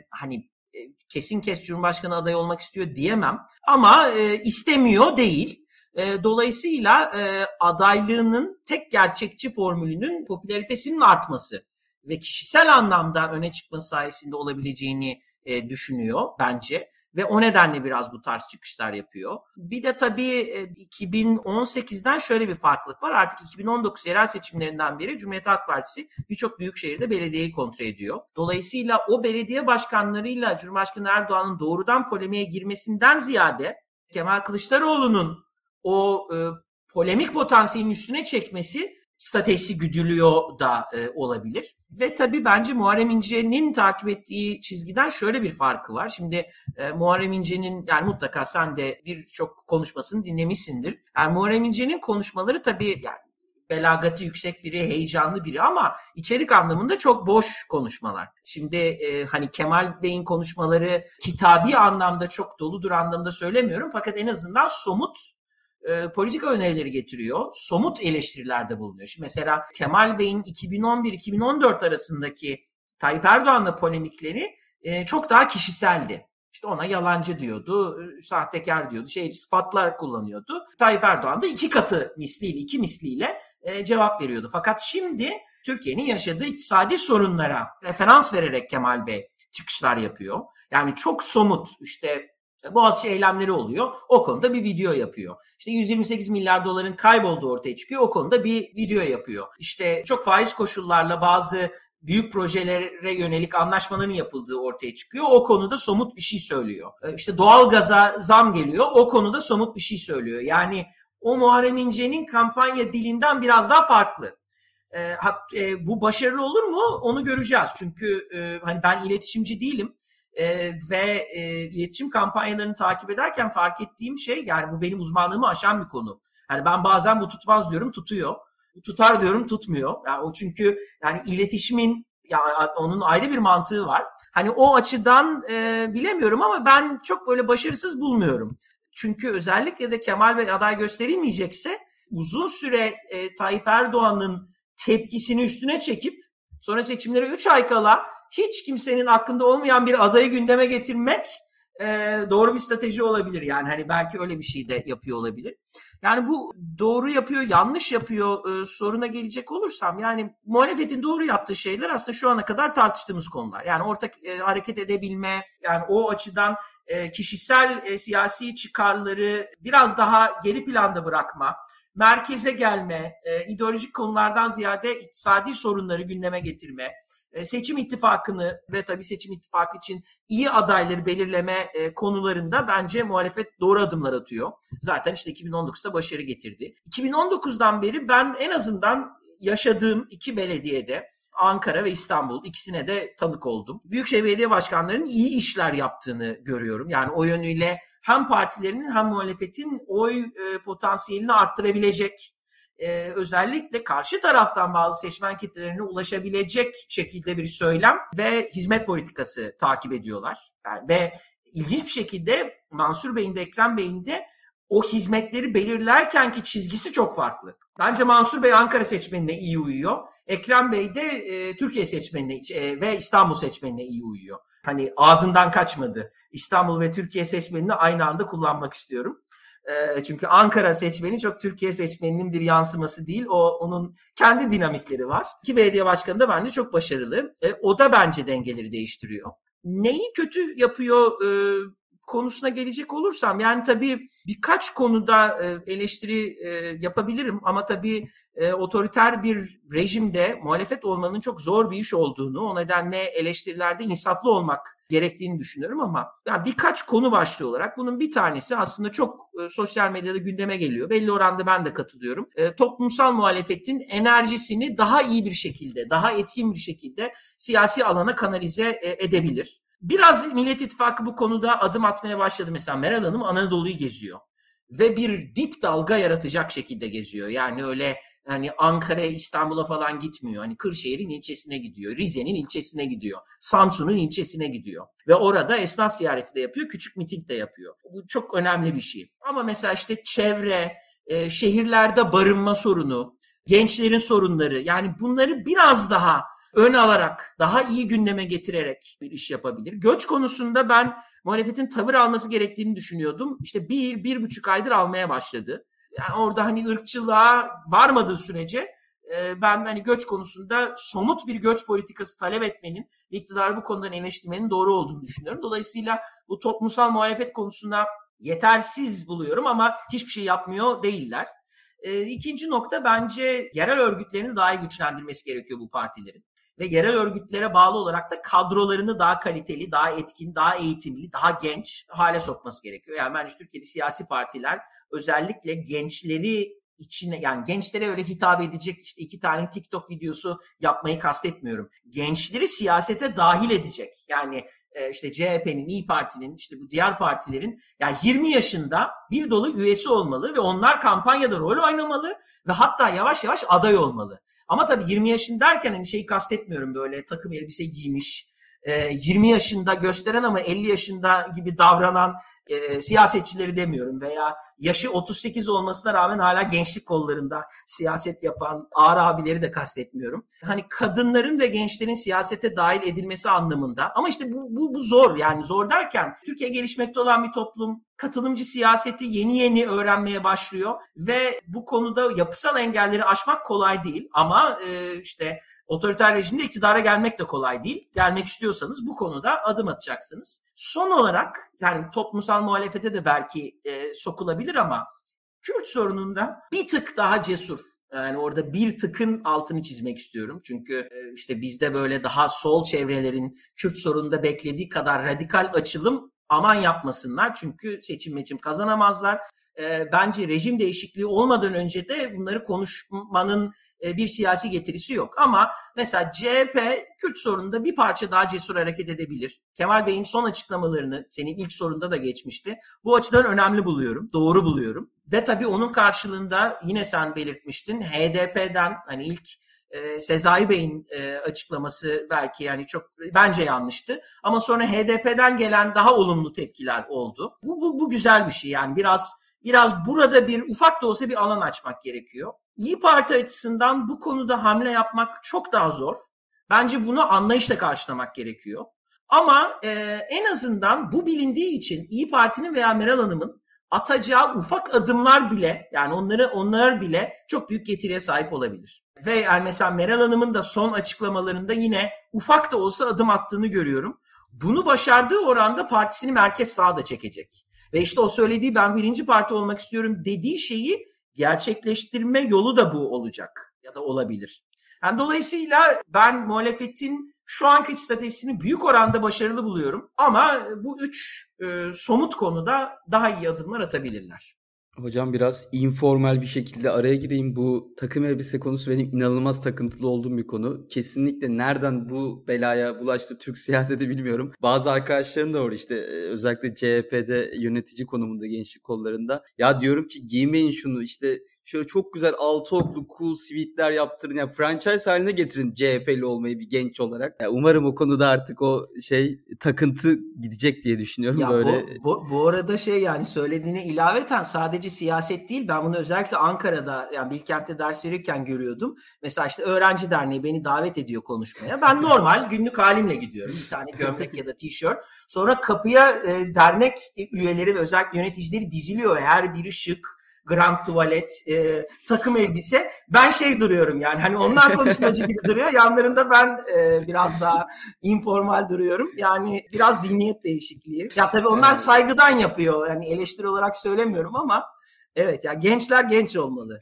kesin Cumhurbaşkanı adayı olmak istiyor diyemem ama istemiyor değil. Dolayısıyla adaylığının tek gerçekçi formülünün popülaritesinin artması ve kişisel anlamda öne çıkması sayesinde olabileceğini düşünüyor bence. Ve o nedenle biraz bu tarz çıkışlar yapıyor. Bir de tabii 2018'den şöyle bir farklılık var. Artık 2019 yerel seçimlerinden beri Cumhuriyet Halk Partisi birçok büyük şehirde belediyeyi kontrol ediyor. Dolayısıyla o belediye başkanlarıyla Cumhurbaşkanı Erdoğan'ın doğrudan polemiğe girmesinden ziyade Kemal Kılıçdaroğlu'nun o polemik potansiyelinin üstüne çekmesi stratejisi güdülüyor da olabilir. Ve tabii bence Muharrem İnce'nin takip ettiği çizgiden şöyle bir farkı var. Şimdi Muharrem İnce'nin, yani mutlaka sen de birçok konuşmasını dinlemişsindir. Yani Muharrem İnce'nin konuşmaları tabii yani belagatı yüksek biri, heyecanlı biri ama içerik anlamında çok boş konuşmalar. Şimdi hani Kemal Bey'in konuşmaları kitabi anlamda çok doludur anlamda söylemiyorum. Fakat en azından somut politika önerileri getiriyor. Somut eleştirilerde bulunuyor. Şimdi mesela Kemal Bey'in 2011-2014 arasındaki Tayyip Erdoğan'la polemikleri çok daha kişiseldi. İşte ona yalancı diyordu, sahtekar diyordu, sıfatlar kullanıyordu. Tayyip Erdoğan da 2 katı misliyle, 2 misliyle cevap veriyordu. Fakat şimdi Türkiye'nin yaşadığı iktisadi sorunlara referans vererek Kemal Bey çıkışlar yapıyor. Yani çok somut, işte Boğaziçi eylemleri oluyor. O konuda bir video yapıyor. İşte 128 milyar doların kaybolduğu ortaya çıkıyor. O konuda bir video yapıyor. İşte çok faiz koşullarla bazı büyük projelere yönelik anlaşmaların yapıldığı ortaya çıkıyor. O konuda somut bir şey söylüyor. İşte doğalgaza zam geliyor. O konuda somut bir şey söylüyor. Yani o Muharrem İnce'nin kampanya dilinden biraz daha farklı. Bu başarılı olur mu? Onu göreceğiz. Çünkü hani ben iletişimci değilim. Ve iletişim kampanyalarını takip ederken fark ettiğim şey, yani bu benim uzmanlığımı aşan bir konu. Yani ben bazen bu tutmaz diyorum, tutuyor. Bu tutar diyorum, tutmuyor. Yani o çünkü yani iletişimin onun ayrı bir mantığı var. Hani o açıdan bilemiyorum ama ben çok böyle başarısız bulmuyorum. Çünkü özellikle de Kemal Bey aday gösterilmeyecekse uzun süre Tayyip Erdoğan'ın tepkisini üstüne çekip sonra seçimlere 3 ay kala hiç kimsenin aklında olmayan bir adayı gündeme getirmek doğru bir strateji olabilir. Yani hani belki öyle bir şey de yapıyor olabilir. Yani bu doğru yapıyor, yanlış yapıyor soruna gelecek olursam, yani muhalefetin doğru yaptığı şeyler aslında şu ana kadar tartıştığımız konular. Yani ortak hareket edebilme, yani o açıdan kişisel siyasi çıkarları biraz daha geri planda bırakma, merkeze gelme, ideolojik konulardan ziyade iktisadi sorunları gündeme getirme, seçim ittifakını ve tabii seçim ittifakı için iyi adayları belirleme konularında bence muhalefet doğru adımlar atıyor. Zaten işte 2019'da başarı getirdi. 2019'dan beri ben en azından yaşadığım 2 belediyede, Ankara ve İstanbul, ikisine de tanık oldum. Büyükşehir belediye başkanlarının iyi işler yaptığını görüyorum. Yani o yönüyle hem partilerinin hem muhalefetin oy potansiyelini arttırabilecek, özellikle karşı taraftan bazı seçmen kitlelerine ulaşabilecek şekilde bir söylem ve hizmet politikası takip ediyorlar. Yani ve ilginç bir şekilde Mansur Bey'in de Ekrem Bey'in de o hizmetleri belirlerkenki çizgisi çok farklı. Bence Mansur Bey Ankara seçmenine iyi uyuyor. Ekrem Bey de Türkiye seçmenine ve İstanbul seçmenine iyi uyuyor. Hani ağzımdan kaçmadı. İstanbul ve Türkiye seçmenini aynı anda kullanmak istiyorum. Çünkü Ankara seçmeni çok Türkiye seçmeninin bir yansıması değil. Onun kendi dinamikleri var. 2 belediye başkanı da bence çok başarılı. O da bence dengeleri değiştiriyor. Neyi kötü yapıyor konusuna gelecek olursam, yani tabii birkaç konuda eleştiri yapabilirim ama tabii otoriter bir rejimde muhalefet olmanın çok zor bir iş olduğunu, o nedenle eleştirilerde insaflı olmak gerektiğini düşünüyorum ama yani birkaç konu başlığı olarak bunun bir tanesi aslında çok sosyal medyada gündeme geliyor. Belli oranda ben de katılıyorum. Toplumsal muhalefetin enerjisini daha iyi bir şekilde, daha etkin bir şekilde siyasi alana kanalize edebilir. Biraz Millet İttifakı bu konuda adım atmaya başladı. Mesela Meral Hanım Anadolu'yu geziyor ve bir dip dalga yaratacak şekilde geziyor. Yani öyle hani Ankara'ya, İstanbul'a falan gitmiyor. Hani Kırşehir'in ilçesine gidiyor, Rize'nin ilçesine gidiyor, Samsun'un ilçesine gidiyor ve orada esnaf ziyareti de yapıyor, küçük miting de yapıyor. Bu çok önemli bir şey. Ama mesela işte çevre, şehirlerde barınma sorunu, gençlerin sorunları, yani bunları biraz daha ön alarak, daha iyi gündeme getirerek bir iş yapabilir. Göç konusunda ben muhalefetin tavır alması gerektiğini düşünüyordum. İşte 1,5 aydır almaya başladı. Yani orada hani ırkçılığa varmadığı sürece ben hani göç konusunda somut bir göç politikası talep etmenin, iktidarı bu konudan eleştirmenin doğru olduğunu düşünüyorum. Dolayısıyla bu toplumsal muhalefet konusunda yetersiz buluyorum ama hiçbir şey yapmıyor değiller. İkinci nokta, bence yerel örgütlerini daha iyi güçlendirmesi gerekiyor bu partilerin. Ve yerel örgütlere bağlı olarak da kadrolarını daha kaliteli, daha etkin, daha eğitimli, daha genç hale sokması gerekiyor. Yani bence Türkiye'de siyasi partiler özellikle gençleri içine, yani gençlere öyle hitap edecek işte 2 tane TikTok videosu yapmayı kastetmiyorum. Gençleri siyasete dahil edecek. Yani işte CHP'nin, İYİ Parti'nin, işte bu diğer partilerin yani 20 yaşında bir dolu üyesi olmalı ve onlar kampanyada rol oynamalı ve hatta yavaş yavaş aday olmalı. Ama tabii 20 yaşın derken hani şeyi kastetmiyorum, böyle takım elbise giymiş, 20 yaşında gösteren ama 50 yaşında gibi davranan siyasetçileri demiyorum veya yaşı 38 olmasına rağmen hala gençlik kollarında siyaset yapan ağır abileri de kastetmiyorum. Hani kadınların ve gençlerin siyasete dahil edilmesi anlamında, ama işte bu zor, yani zor derken Türkiye gelişmekte olan bir toplum, katılımcı siyaseti yeni yeni öğrenmeye başlıyor ve bu konuda yapısal engelleri aşmak kolay değil, ama işte otoriter rejimde iktidara gelmek de kolay değil. Gelmek istiyorsanız bu konuda adım atacaksınız. Son olarak, yani toplumsal muhalefete de belki sokulabilir ama Kürt sorununda bir tık daha cesur. Yani orada bir tıkın altını çizmek istiyorum. Çünkü işte bizde böyle daha sol çevrelerin Kürt sorununda beklediği kadar radikal açılım aman yapmasınlar. Çünkü seçim kazanamazlar. Bence rejim değişikliği olmadan önce de bunları konuşmanın bir siyasi getirisi yok. Ama mesela CHP Kürt sorununda bir parça daha cesur hareket edebilir. Kemal Bey'in son açıklamalarını, senin ilk sorunda da geçmişti, bu açıdan önemli buluyorum, doğru buluyorum. Ve tabii onun karşılığında yine sen belirtmiştin, HDP'den hani ilk Sezai Bey'in açıklaması belki yani çok bence yanlıştı. Ama sonra HDP'den gelen daha olumlu tepkiler oldu. Bu güzel bir şey, yani biraz burada bir ufak da olsa bir alan açmak gerekiyor. İYİ Parti açısından bu konuda hamle yapmak çok daha zor. Bence bunu anlayışla karşılamak gerekiyor. Ama en azından bu bilindiği için İYİ Parti'nin veya Meral Hanım'ın atacağı ufak adımlar bile, yani onlar bile çok büyük getiriye sahip olabilir. Ve yani mesela Meral Hanım'ın da son açıklamalarında yine ufak da olsa adım attığını görüyorum. Bunu başardığı oranda partisini merkez sağa da çekecek. Ve işte o söylediği ben birinci parti olmak istiyorum dediği şeyi gerçekleştirme yolu da bu olacak ya da olabilir. Yani dolayısıyla ben muhalefetin şu anki stratejisini büyük oranda başarılı buluyorum. Ama bu üç somut konuda daha iyi adımlar atabilirler. Hocam biraz informal bir şekilde araya gireyim. Bu takım elbise konusu benim inanılmaz takıntılı olduğum bir konu. Kesinlikle nereden bu belaya bulaştı Türk siyaseti bilmiyorum. Bazı arkadaşlarım da var işte özellikle CHP'de yönetici konumunda gençlik kollarında. Ya diyorum ki giymeyin şunu, işte şöyle çok güzel altı oklu cool sweatler yaptırın. Yani franchise haline getirin CHP'li olmayı bir genç olarak. Yani umarım o konuda artık o takıntı gidecek diye düşünüyorum. Ya böyle. bu arada yani söylediğine ilaveten sadece siyaset değil, ben bunu özellikle Ankara'da, yani Bilkent'te ders verirken görüyordum. Mesela işte öğrenci derneği beni davet ediyor konuşmaya. Ben normal günlük halimle gidiyorum. Bir tane gömlek ya da tişört. Sonra kapıya dernek üyeleri ve özellikle yöneticileri diziliyor. Her biri şık, grand tuvalet, takım elbise. Ben duruyorum yani. Hani onlar konuşmacı gibi duruyor. Yanlarında ben biraz daha informal duruyorum. Yani biraz zihniyet değişikliği. Ya tabii onlar saygıdan yapıyor. Yani eleştiri olarak söylemiyorum ama evet ya, gençler genç olmalı.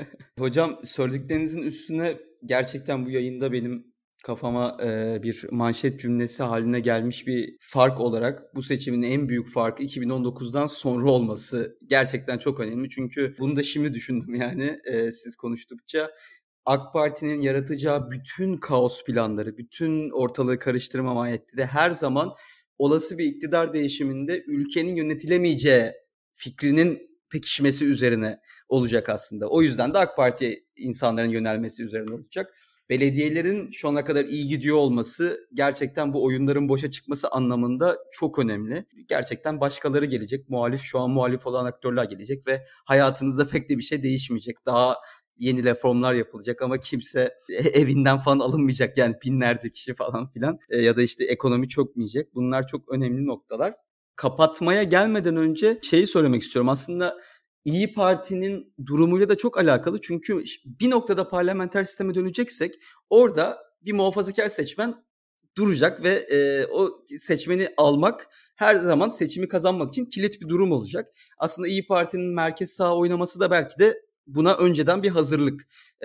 Hocam söylediklerinizin üstüne gerçekten bu yayında benim kafama bir manşet cümlesi haline gelmiş bir fark olarak bu seçimin en büyük farkı 2019'dan sonra olması gerçekten çok önemli. Çünkü bunu da şimdi düşündüm yani siz konuştukça. AK Parti'nin yaratacağı bütün kaos planları, bütün ortalığı karıştırma mahiyeti de her zaman olası bir iktidar değişiminde ülkenin yönetilemeyeceği fikrinin pekişmesi üzerine olacak aslında. O yüzden de AK Parti'ye insanların yönelmesi üzerine olacak. Belediyelerin şu ana kadar iyi gidiyor olması gerçekten bu oyunların boşa çıkması anlamında çok önemli. Gerçekten başkaları gelecek. Şu an muhalif olan aktörler gelecek ve hayatınızda pek de bir şey değişmeyecek. Daha yeni reformlar yapılacak ama kimse evinden falan alınmayacak, yani binlerce kişi falan filan ya da işte ekonomi çökmeyecek. Bunlar çok önemli noktalar. Kapatmaya gelmeden önce söylemek istiyorum. Aslında İYİ Parti'nin durumuyla da çok alakalı. Çünkü bir noktada parlamenter sisteme döneceksek orada bir muhafazakar seçmen duracak ve o seçmeni almak her zaman seçimi kazanmak için kilit bir durum olacak. Aslında İYİ Parti'nin merkez sağ oynaması da belki de buna önceden bir hazırlık.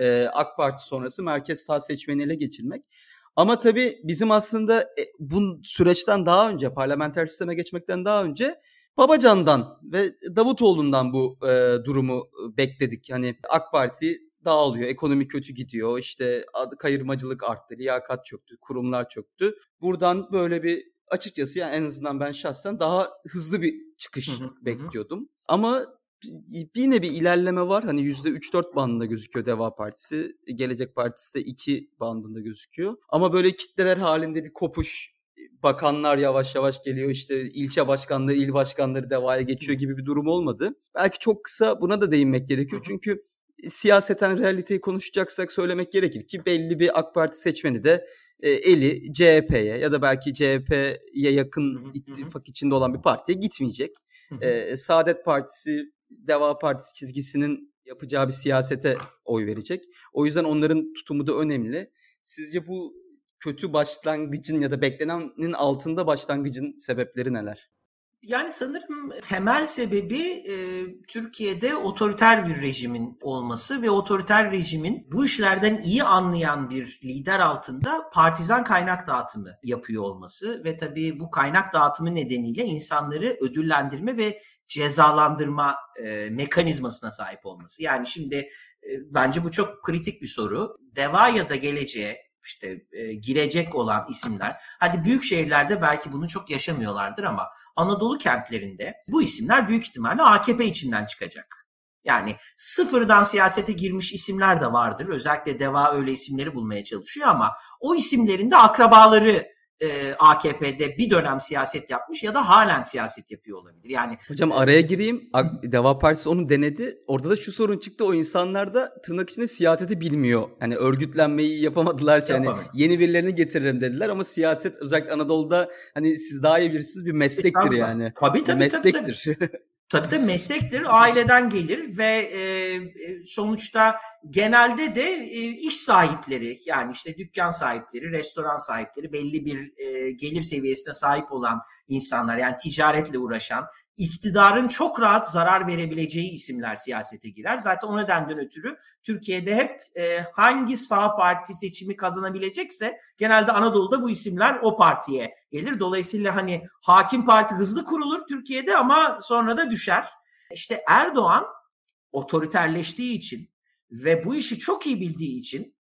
AK Parti sonrası merkez sağ seçmeni ele geçirmek. Ama tabii bizim aslında bu süreçten daha önce, parlamenter sisteme geçmekten daha önce Babacan'dan ve Davutoğlu'ndan bu durumu bekledik. Hani AK Parti dağılıyor, ekonomi kötü gidiyor, işte kayırmacılık arttı, liyakat çöktü, kurumlar çöktü. Buradan böyle bir açıkçası yani en azından ben şahsen daha hızlı bir çıkış bekliyordum. Ama yine bir ilerleme var. Hani %3-4 bandında gözüküyor Deva Partisi. Gelecek Partisi de 2 bandında gözüküyor. Ama böyle kitleler halinde bir kopuş bakanlar yavaş yavaş geliyor, işte ilçe başkanlığı, il başkanları DEVA'ya geçiyor gibi bir durum olmadı. Belki çok kısa buna da değinmek gerekiyor. Çünkü siyaseten realiteyi konuşacaksak söylemek gerekir ki belli bir AK Parti seçmeni de eli CHP'ye ya da belki CHP'ye yakın ittifak içinde olan bir partiye gitmeyecek. Saadet Partisi, Deva Partisi çizgisinin yapacağı bir siyasete oy verecek. O yüzden onların tutumu da önemli. Sizce bu kötü başlangıcın ya da beklenenin altında başlangıcın sebepleri neler? Yani sanırım temel sebebi Türkiye'de otoriter bir rejimin olması ve otoriter rejimin bu işlerden iyi anlayan bir lider altında partizan kaynak dağıtımı yapıyor olması ve tabii bu kaynak dağıtımı nedeniyle insanları ödüllendirme ve cezalandırma mekanizmasına sahip olması. Yani şimdi bence bu çok kritik bir soru. DEVA ya da geleceğe girecek olan isimler, hadi büyük şehirlerde belki bunu çok yaşamıyorlardır ama Anadolu kentlerinde bu isimler büyük ihtimalle AKP içinden çıkacak. Yani sıfırdan siyasete girmiş isimler de vardır. Özellikle DEVA öyle isimleri bulmaya çalışıyor ama o isimlerin de akrabaları AKP'de bir dönem siyaset yapmış ya da halen siyaset yapıyor olabilir. Yani hocam araya gireyim. Deva Partisi onu denedi. Orada da şu sorun çıktı. O insanlar da tırnak içinde siyaseti bilmiyor. Yani örgütlenmeyi yapamadılar ki hani yeni birilerini getiririm dediler ama siyaset özellikle Anadolu'da hani siz daha iyi bilirsiniz bir meslektir yani. Tabii. Meslektir. Tabii meslektir, aileden gelir ve sonuçta genelde de iş sahipleri, yani işte dükkan sahipleri, restoran sahipleri, belli bir gelir seviyesine sahip olan insanlar, yani ticaretle uğraşan, iktidarın çok rahat zarar verebileceği isimler siyasete girer. Zaten o nedenden ötürü Türkiye'de hep hangi sağ parti seçimi kazanabilecekse genelde Anadolu'da bu isimler o partiye gelir. Dolayısıyla hani hakim parti hızlı kurulur Türkiye'de ama sonra da düşer. İşte Erdoğan otoriterleştiği için ve bu işi çok iyi bildiği için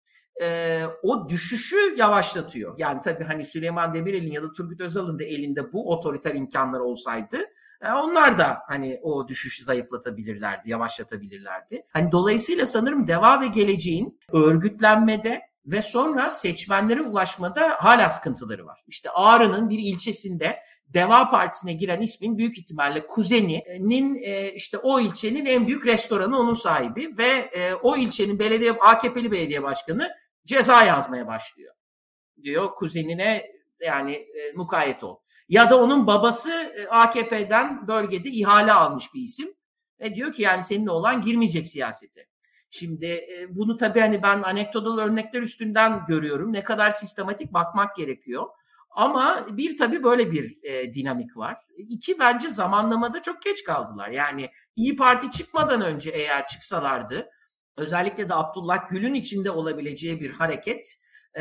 o düşüşü yavaşlatıyor. Yani tabii hani Süleyman Demirel'in ya da Turgut Özal'ın da elinde bu otoriter imkanlar olsaydı onlar da hani o düşüşü zayıflatabilirlerdi, yavaşlatabilirlerdi. Hani dolayısıyla sanırım DEVA ve Geleceğin örgütlenmede ve sonra seçmenlere ulaşmada hala sıkıntıları var. İşte Ağrı'nın bir ilçesinde DEVA Partisi'ne giren ismin büyük ihtimalle kuzeninin işte o ilçenin en büyük restoranı onun sahibi ve o ilçenin AKP'li belediye başkanı ceza yazmaya başlıyor. Diyor kuzenine yani mukayyet ol. Ya da onun babası AKP'den bölgede ihale almış bir isim. Diyor ki yani seninle olan girmeyecek siyasete. Şimdi bunu tabii hani ben anekdotal örnekler üstünden görüyorum. Ne kadar sistematik bakmak gerekiyor. Ama bir tabii böyle bir dinamik var. İki bence zamanlamada çok geç kaldılar. Yani İYİ Parti çıkmadan önce eğer çıksalardı özellikle de Abdullah Gül'ün içinde olabileceği bir hareket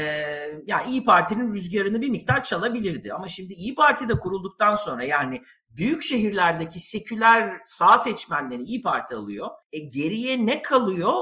yani İYİ Parti'nin rüzgarını bir miktar çalabilirdi. Ama şimdi İYİ Parti de kurulduktan sonra yani büyük şehirlerdeki seküler sağ seçmenleri İYİ Parti alıyor. Geriye ne kalıyor?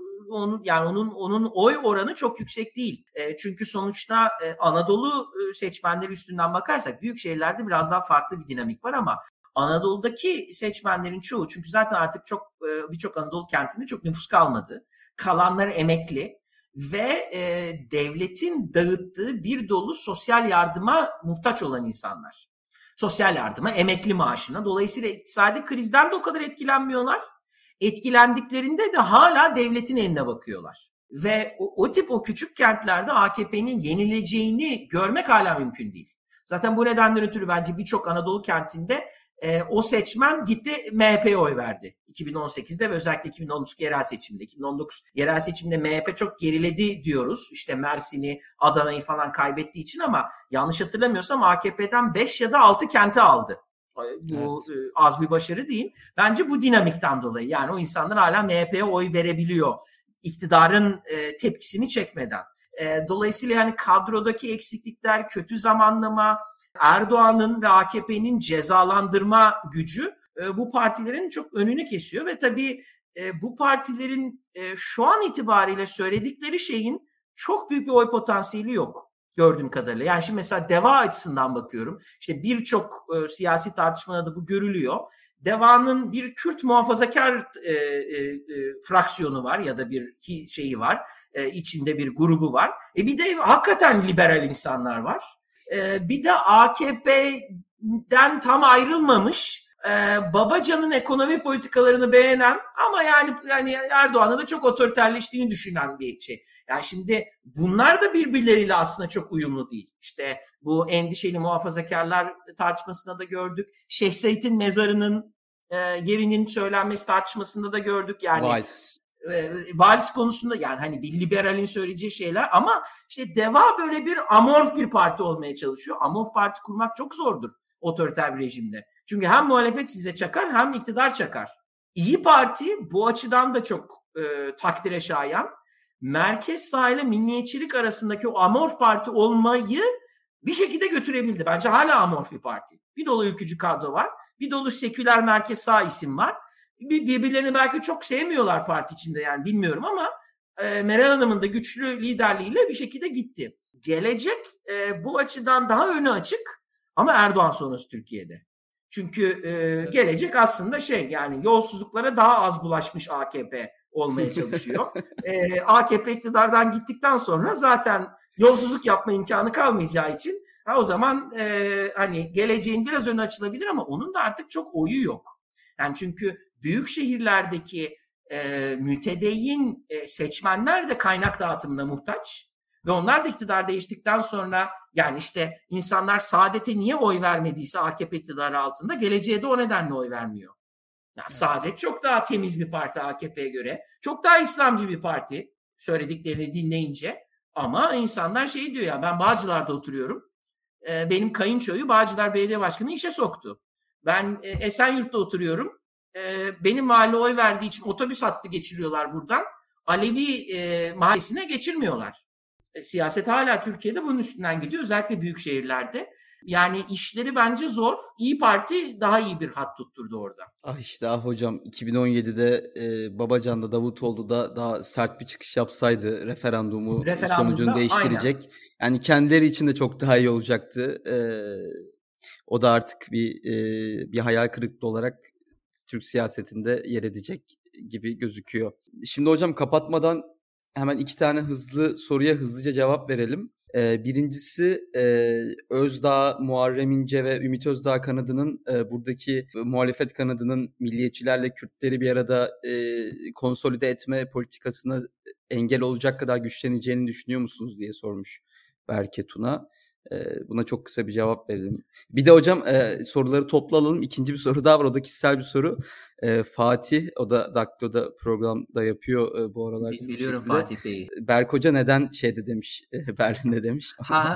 Onun oy oranı çok yüksek değil. Çünkü sonuçta Anadolu seçmenleri üstünden bakarsak büyük şehirlerde biraz daha farklı bir dinamik var ama Anadolu'daki seçmenlerin çoğu çünkü zaten artık birçok Anadolu kentinde çok nüfus kalmadı. Kalanlar emekli ve devletin dağıttığı bir dolu sosyal yardıma muhtaç olan insanlar. Sosyal yardıma, emekli maaşına. Dolayısıyla iktisadi krizden de o kadar etkilenmiyorlar. Etkilendiklerinde de hala devletin eline bakıyorlar. Ve o tip o küçük kentlerde AKP'nin yenileceğini görmek hala mümkün değil. Zaten bu nedenden ötürü bence birçok Anadolu kentinde o seçmen gitti MHP'ye oy verdi. 2018'de ve özellikle 2019 yerel seçimde. 2019 yerel seçimde MHP çok geriledi diyoruz. İşte Mersin'i, Adana'yı falan kaybettiği için ama yanlış hatırlamıyorsam AKP'den 5 ya da 6 kenti aldı. Bu az bir başarı değil. Bence bu dinamikten dolayı yani o insanlar hala MHP'ye oy verebiliyor. İktidarın tepkisini çekmeden. Dolayısıyla yani kadrodaki eksiklikler, kötü zamanlama, Erdoğan'ın ve AKP'nin cezalandırma gücü bu partilerin çok önünü kesiyor ve tabii bu partilerin şu an itibariyle söyledikleri şeyin çok büyük bir oy potansiyeli yok gördüğüm kadarıyla. Yani şimdi mesela DEVA açısından bakıyorum. İşte birçok siyasi tartışmada da bu görülüyor. DEVA'nın bir Kürt muhafazakar fraksiyonu var ya da bir şeyi var. İçinde bir grubu var. Bir de hakikaten liberal insanlar var. Bir de AKP'den tam ayrılmamış, Babacan'ın ekonomi politikalarını beğenen ama yani Erdoğan'ın da çok otoriterleştiğini düşünen bir şey. Yani şimdi bunlar da birbirleriyle aslında çok uyumlu değil. İşte bu endişeli muhafazakarlar tartışmasında da gördük. Şeyh Said'in mezarının yerinin söylenmesi tartışmasında da gördük. Yani Valis konusunda yani hani bir liberalin söyleyeceği şeyler ama işte DEVA böyle bir amorf bir parti olmaya çalışıyor. Amorf parti kurmak çok zordur otoriter bir rejimde. Çünkü hem muhalefet size çakar hem iktidar çakar. İyi Parti bu açıdan da çok takdire şayan. Merkez sağ ile milliyetçilik arasındaki o amorf parti olmayı bir şekilde götürebildi. Bence hala amorf bir parti. Bir dolu ülkücü kadro var. Bir dolu seküler merkez sağ isim var. Birbirlerini belki çok sevmiyorlar parti içinde yani bilmiyorum ama Meral Hanım'ın da güçlü liderliğiyle bir şekilde gitti. Gelecek bu açıdan daha önü açık ama Erdoğan sonrası Türkiye'de. Çünkü gelecek aslında yani yolsuzluklara daha az bulaşmış AKP olmaya çalışıyor. AKP iktidardan gittikten sonra zaten yolsuzluk yapma imkanı kalmayacağı için o zaman hani geleceğin biraz önü açılabilir ama onun da artık çok oyu yok. Yani çünkü büyük şehirlerdeki mütedeyyin seçmenler de kaynak dağıtımına muhtaç. Ve onlar da iktidar değiştikten sonra yani işte insanlar Saadet'e niye oy vermediyse AKP iktidarı altında geleceğe de o nedenle oy vermiyor. Yani evet. Saadet çok daha temiz bir parti AKP'ye göre. Çok daha İslamcı bir parti söylediklerini dinleyince. Ama insanlar diyor ya ben Bağcılar'da oturuyorum. Benim kayınçoyu Bağcılar Belediye Başkanı işe soktu. Ben Esenyurt'ta oturuyorum. Benim mahalle oy verdiği için otobüs hattı geçiriyorlar buradan. Alevi mahallesine geçirmiyorlar. Siyaset hala Türkiye'de bunun üstünden gidiyor. Özellikle büyük şehirlerde. Yani işleri bence zor. İyi Parti daha iyi bir hat tutturdu orada. İşte hocam 2017'de Babacan'da Davutoğlu da daha sert bir çıkış yapsaydı referandumu sonucunu değiştirecek. Aynen. Yani kendileri için de çok daha iyi olacaktı. O da artık bir hayal kırıklığı olarak Türk siyasetinde yer edecek gibi gözüküyor. Şimdi hocam kapatmadan hemen 2 tane hızlı soruya hızlıca cevap verelim. Birincisi Özdağ, Muharrem İnce ve Ümit Özdağ kanadının buradaki muhalefet kanadının milliyetçilerle Kürtleri bir arada konsolide etme politikasına engel olacak kadar güçleneceğini düşünüyor musunuz diye sormuş Berke Tuna. Buna çok kısa bir cevap verelim. Bir de hocam soruları toplayalım. İkinci bir soru daha var. O da kişisel bir soru. Fatih, o da Daklo'da programda yapıyor bu aralar. Biliyorum Fatih Bey'i. Berk Hoca neden demiş, Berlin'de demiş.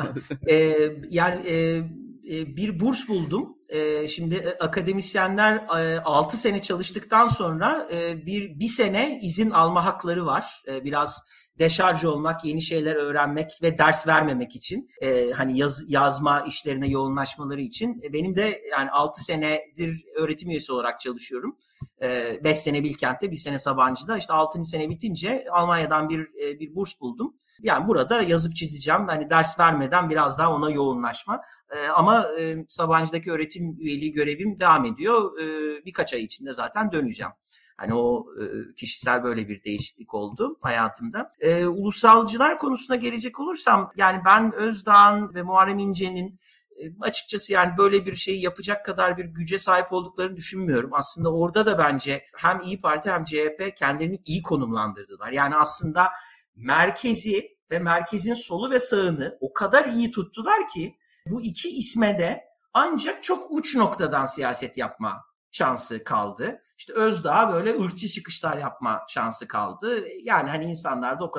Bir burs buldum. Şimdi akademisyenler 6 sene çalıştıktan sonra bir sene izin alma hakları var. Biraz deşarj olmak, yeni şeyler öğrenmek ve ders vermemek için hani yazma işlerine yoğunlaşmaları için. Benim de yani 6 senedir öğretim üyesi olarak çalışıyorum. 5 sene Bilkent'te, 1 sene Sabancı'da. İşte 6. sene bitince Almanya'dan bir burs buldum. Yani burada yazıp çizeceğim. Hani ders vermeden biraz daha ona yoğunlaşma. Ama Sabancı'daki öğretim üyeliği görevim devam ediyor. Birkaç ay içinde zaten döneceğim. Hani o kişisel böyle bir değişiklik oldu hayatımda. Ulusalcılar konusuna gelecek olursam yani ben Özdağ'ın ve Muharrem İnce'nin açıkçası yani böyle bir şeyi yapacak kadar bir güce sahip olduklarını düşünmüyorum. Aslında orada da bence hem İyi Parti hem CHP kendilerini iyi konumlandırdılar. Yani aslında merkezi ve merkezin solu ve sağını o kadar iyi tuttular ki bu iki isme de ancak çok uç noktadan siyaset yapma şansı kaldı. İşte Özdağ böyle ırkçı çıkışlar yapma şansı kaldı. Yani hani insanlar da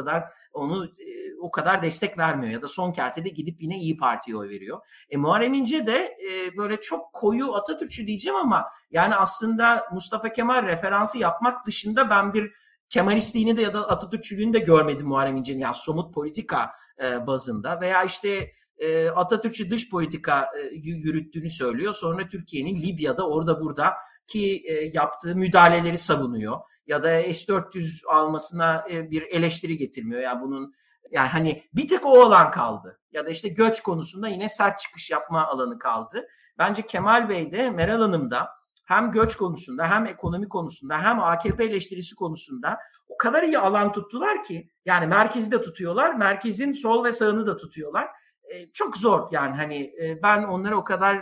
o kadar destek vermiyor ya da son kertede gidip yine İyi Parti'ye oy veriyor. Muharrem İnce de böyle çok koyu Atatürkçü diyeceğim ama yani aslında Mustafa Kemal referansı yapmak dışında ben bir Kemalistliğini de ya da Atatürkçülüğünü de görmedim Muharrem İnce'nin yani somut politika bazında veya işte Atatürkçü dış politika yürüttüğünü söylüyor. Sonra Türkiye'nin Libya'da orada burada ki yaptığı müdahaleleri savunuyor. Ya da S-400 almasına bir eleştiri getirmiyor. Yani bunun yani hani bir tek o alan kaldı. Ya da işte göç konusunda yine sert çıkış yapma alanı kaldı. Bence Kemal Bey de Meral Hanım da hem göç konusunda hem ekonomi konusunda hem AKP eleştirisi konusunda o kadar iyi alan tuttular ki yani merkezi de tutuyorlar, merkezin sol ve sağını da tutuyorlar. çok zor yani hani ben onlara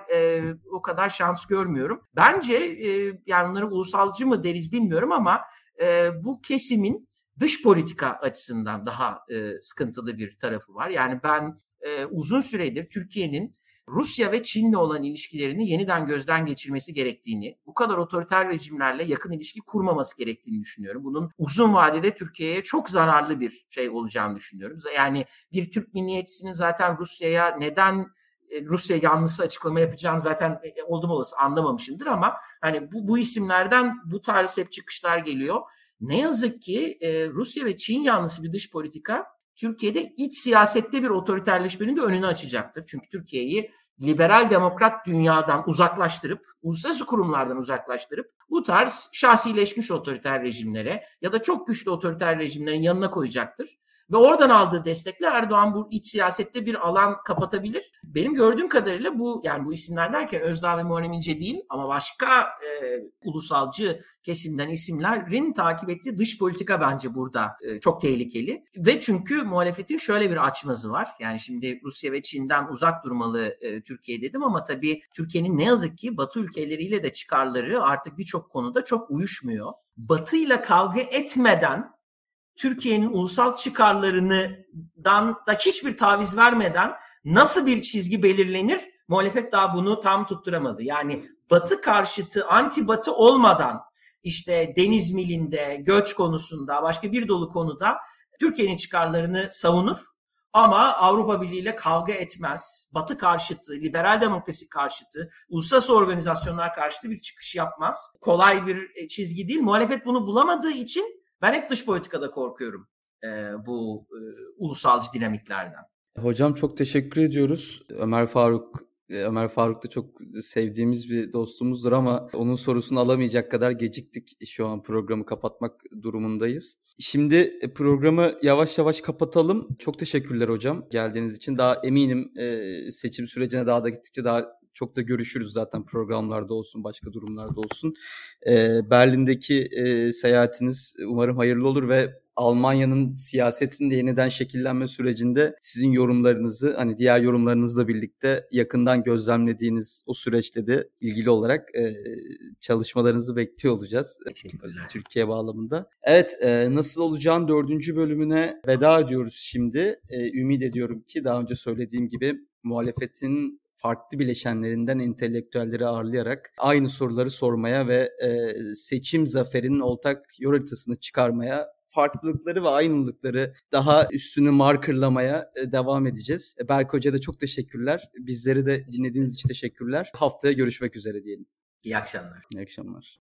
o kadar şans görmüyorum. Bence yani onlara ulusalcı mı deriz bilmiyorum ama bu kesimin dış politika açısından daha sıkıntılı bir tarafı var. Yani ben uzun süredir Türkiye'nin Rusya ve Çin'le olan ilişkilerini yeniden gözden geçirmesi gerektiğini, bu kadar otoriter rejimlerle yakın ilişki kurmaması gerektiğini düşünüyorum. Bunun uzun vadede Türkiye'ye çok zararlı bir şey olacağını düşünüyorum. Yani bir Türk milliyetçisinin zaten Rusya'ya neden Rusya yanlısı açıklama yapacağını zaten oldum olası anlamamışımdır ama hani bu isimlerden bu tarz hep çıkışlar geliyor. Ne yazık ki Rusya ve Çin yanlısı bir dış politika Türkiye'de iç siyasette bir otoriterleşmenin de önünü açacaktır. Çünkü Türkiye'yi liberal demokrat dünyadan uzaklaştırıp, uluslararası kurumlardan uzaklaştırıp bu tarz şahsileşmiş otoriter rejimlere ya da çok güçlü otoriter rejimlerin yanına koyacaktır. Ve oradan aldığı destekle Erdoğan bu iç siyasette bir alan kapatabilir. Benim gördüğüm kadarıyla bu isimler derken Özdağ ve Muharrem İnce değil ama başka ulusalcı kesimden isimlerin takip ettiği dış politika bence burada çok tehlikeli. Ve çünkü muhalefetin şöyle bir açmazı var. Yani şimdi Rusya ve Çin'den uzak durmalı Türkiye dedim ama tabii Türkiye'nin ne yazık ki Batı ülkeleriyle de çıkarları artık birçok konuda çok uyuşmuyor. Batı'yla kavga etmeden Türkiye'nin ulusal çıkarlarından da hiçbir taviz vermeden nasıl bir çizgi belirlenir? Muhalefet daha bunu tam tutturamadı. Yani Batı karşıtı, anti Batı olmadan işte deniz milinde, göç konusunda, başka bir dolu konuda Türkiye'nin çıkarlarını savunur. Ama Avrupa Birliği ile kavga etmez. Batı karşıtı, liberal demokrasi karşıtı, uluslararası organizasyonlar karşıtı bir çıkış yapmaz. Kolay bir çizgi değil. Muhalefet bunu bulamadığı için ben hep dış politikada korkuyorum bu ulusalcı dinamiklerden. Hocam çok teşekkür ediyoruz. Ömer Faruk da çok sevdiğimiz bir dostumuzdur ama onun sorusunu alamayacak kadar geciktik. Şu an programı kapatmak durumundayız. Şimdi programı yavaş yavaş kapatalım. Çok teşekkürler hocam geldiğiniz için. Daha eminim seçim sürecine daha da gittikçe daha çok da görüşürüz zaten programlarda olsun, başka durumlarda olsun. Berlin'deki seyahatiniz umarım hayırlı olur ve Almanya'nın siyasetinin de yeniden şekillenme sürecinde sizin yorumlarınızı, hani diğer yorumlarınızla birlikte yakından gözlemlediğiniz o süreçle de ilgili olarak çalışmalarınızı bekliyor olacağız. Türkiye bağlamında. Evet, nasıl olacağın 4. bölümüne veda ediyoruz şimdi. Ümit ediyorum ki daha önce söylediğim gibi muhalefetin farklı bileşenlerinden entelektüelleri ağırlayarak aynı soruları sormaya ve seçim zaferinin ortak yol haritasını çıkarmaya, farklılıkları ve aynılıkları daha üstünü markerlamaya devam edeceğiz. Berk Hoca'ya da çok teşekkürler. Bizleri de dinlediğiniz için teşekkürler. Haftaya görüşmek üzere diyelim. İyi akşamlar. İyi akşamlar.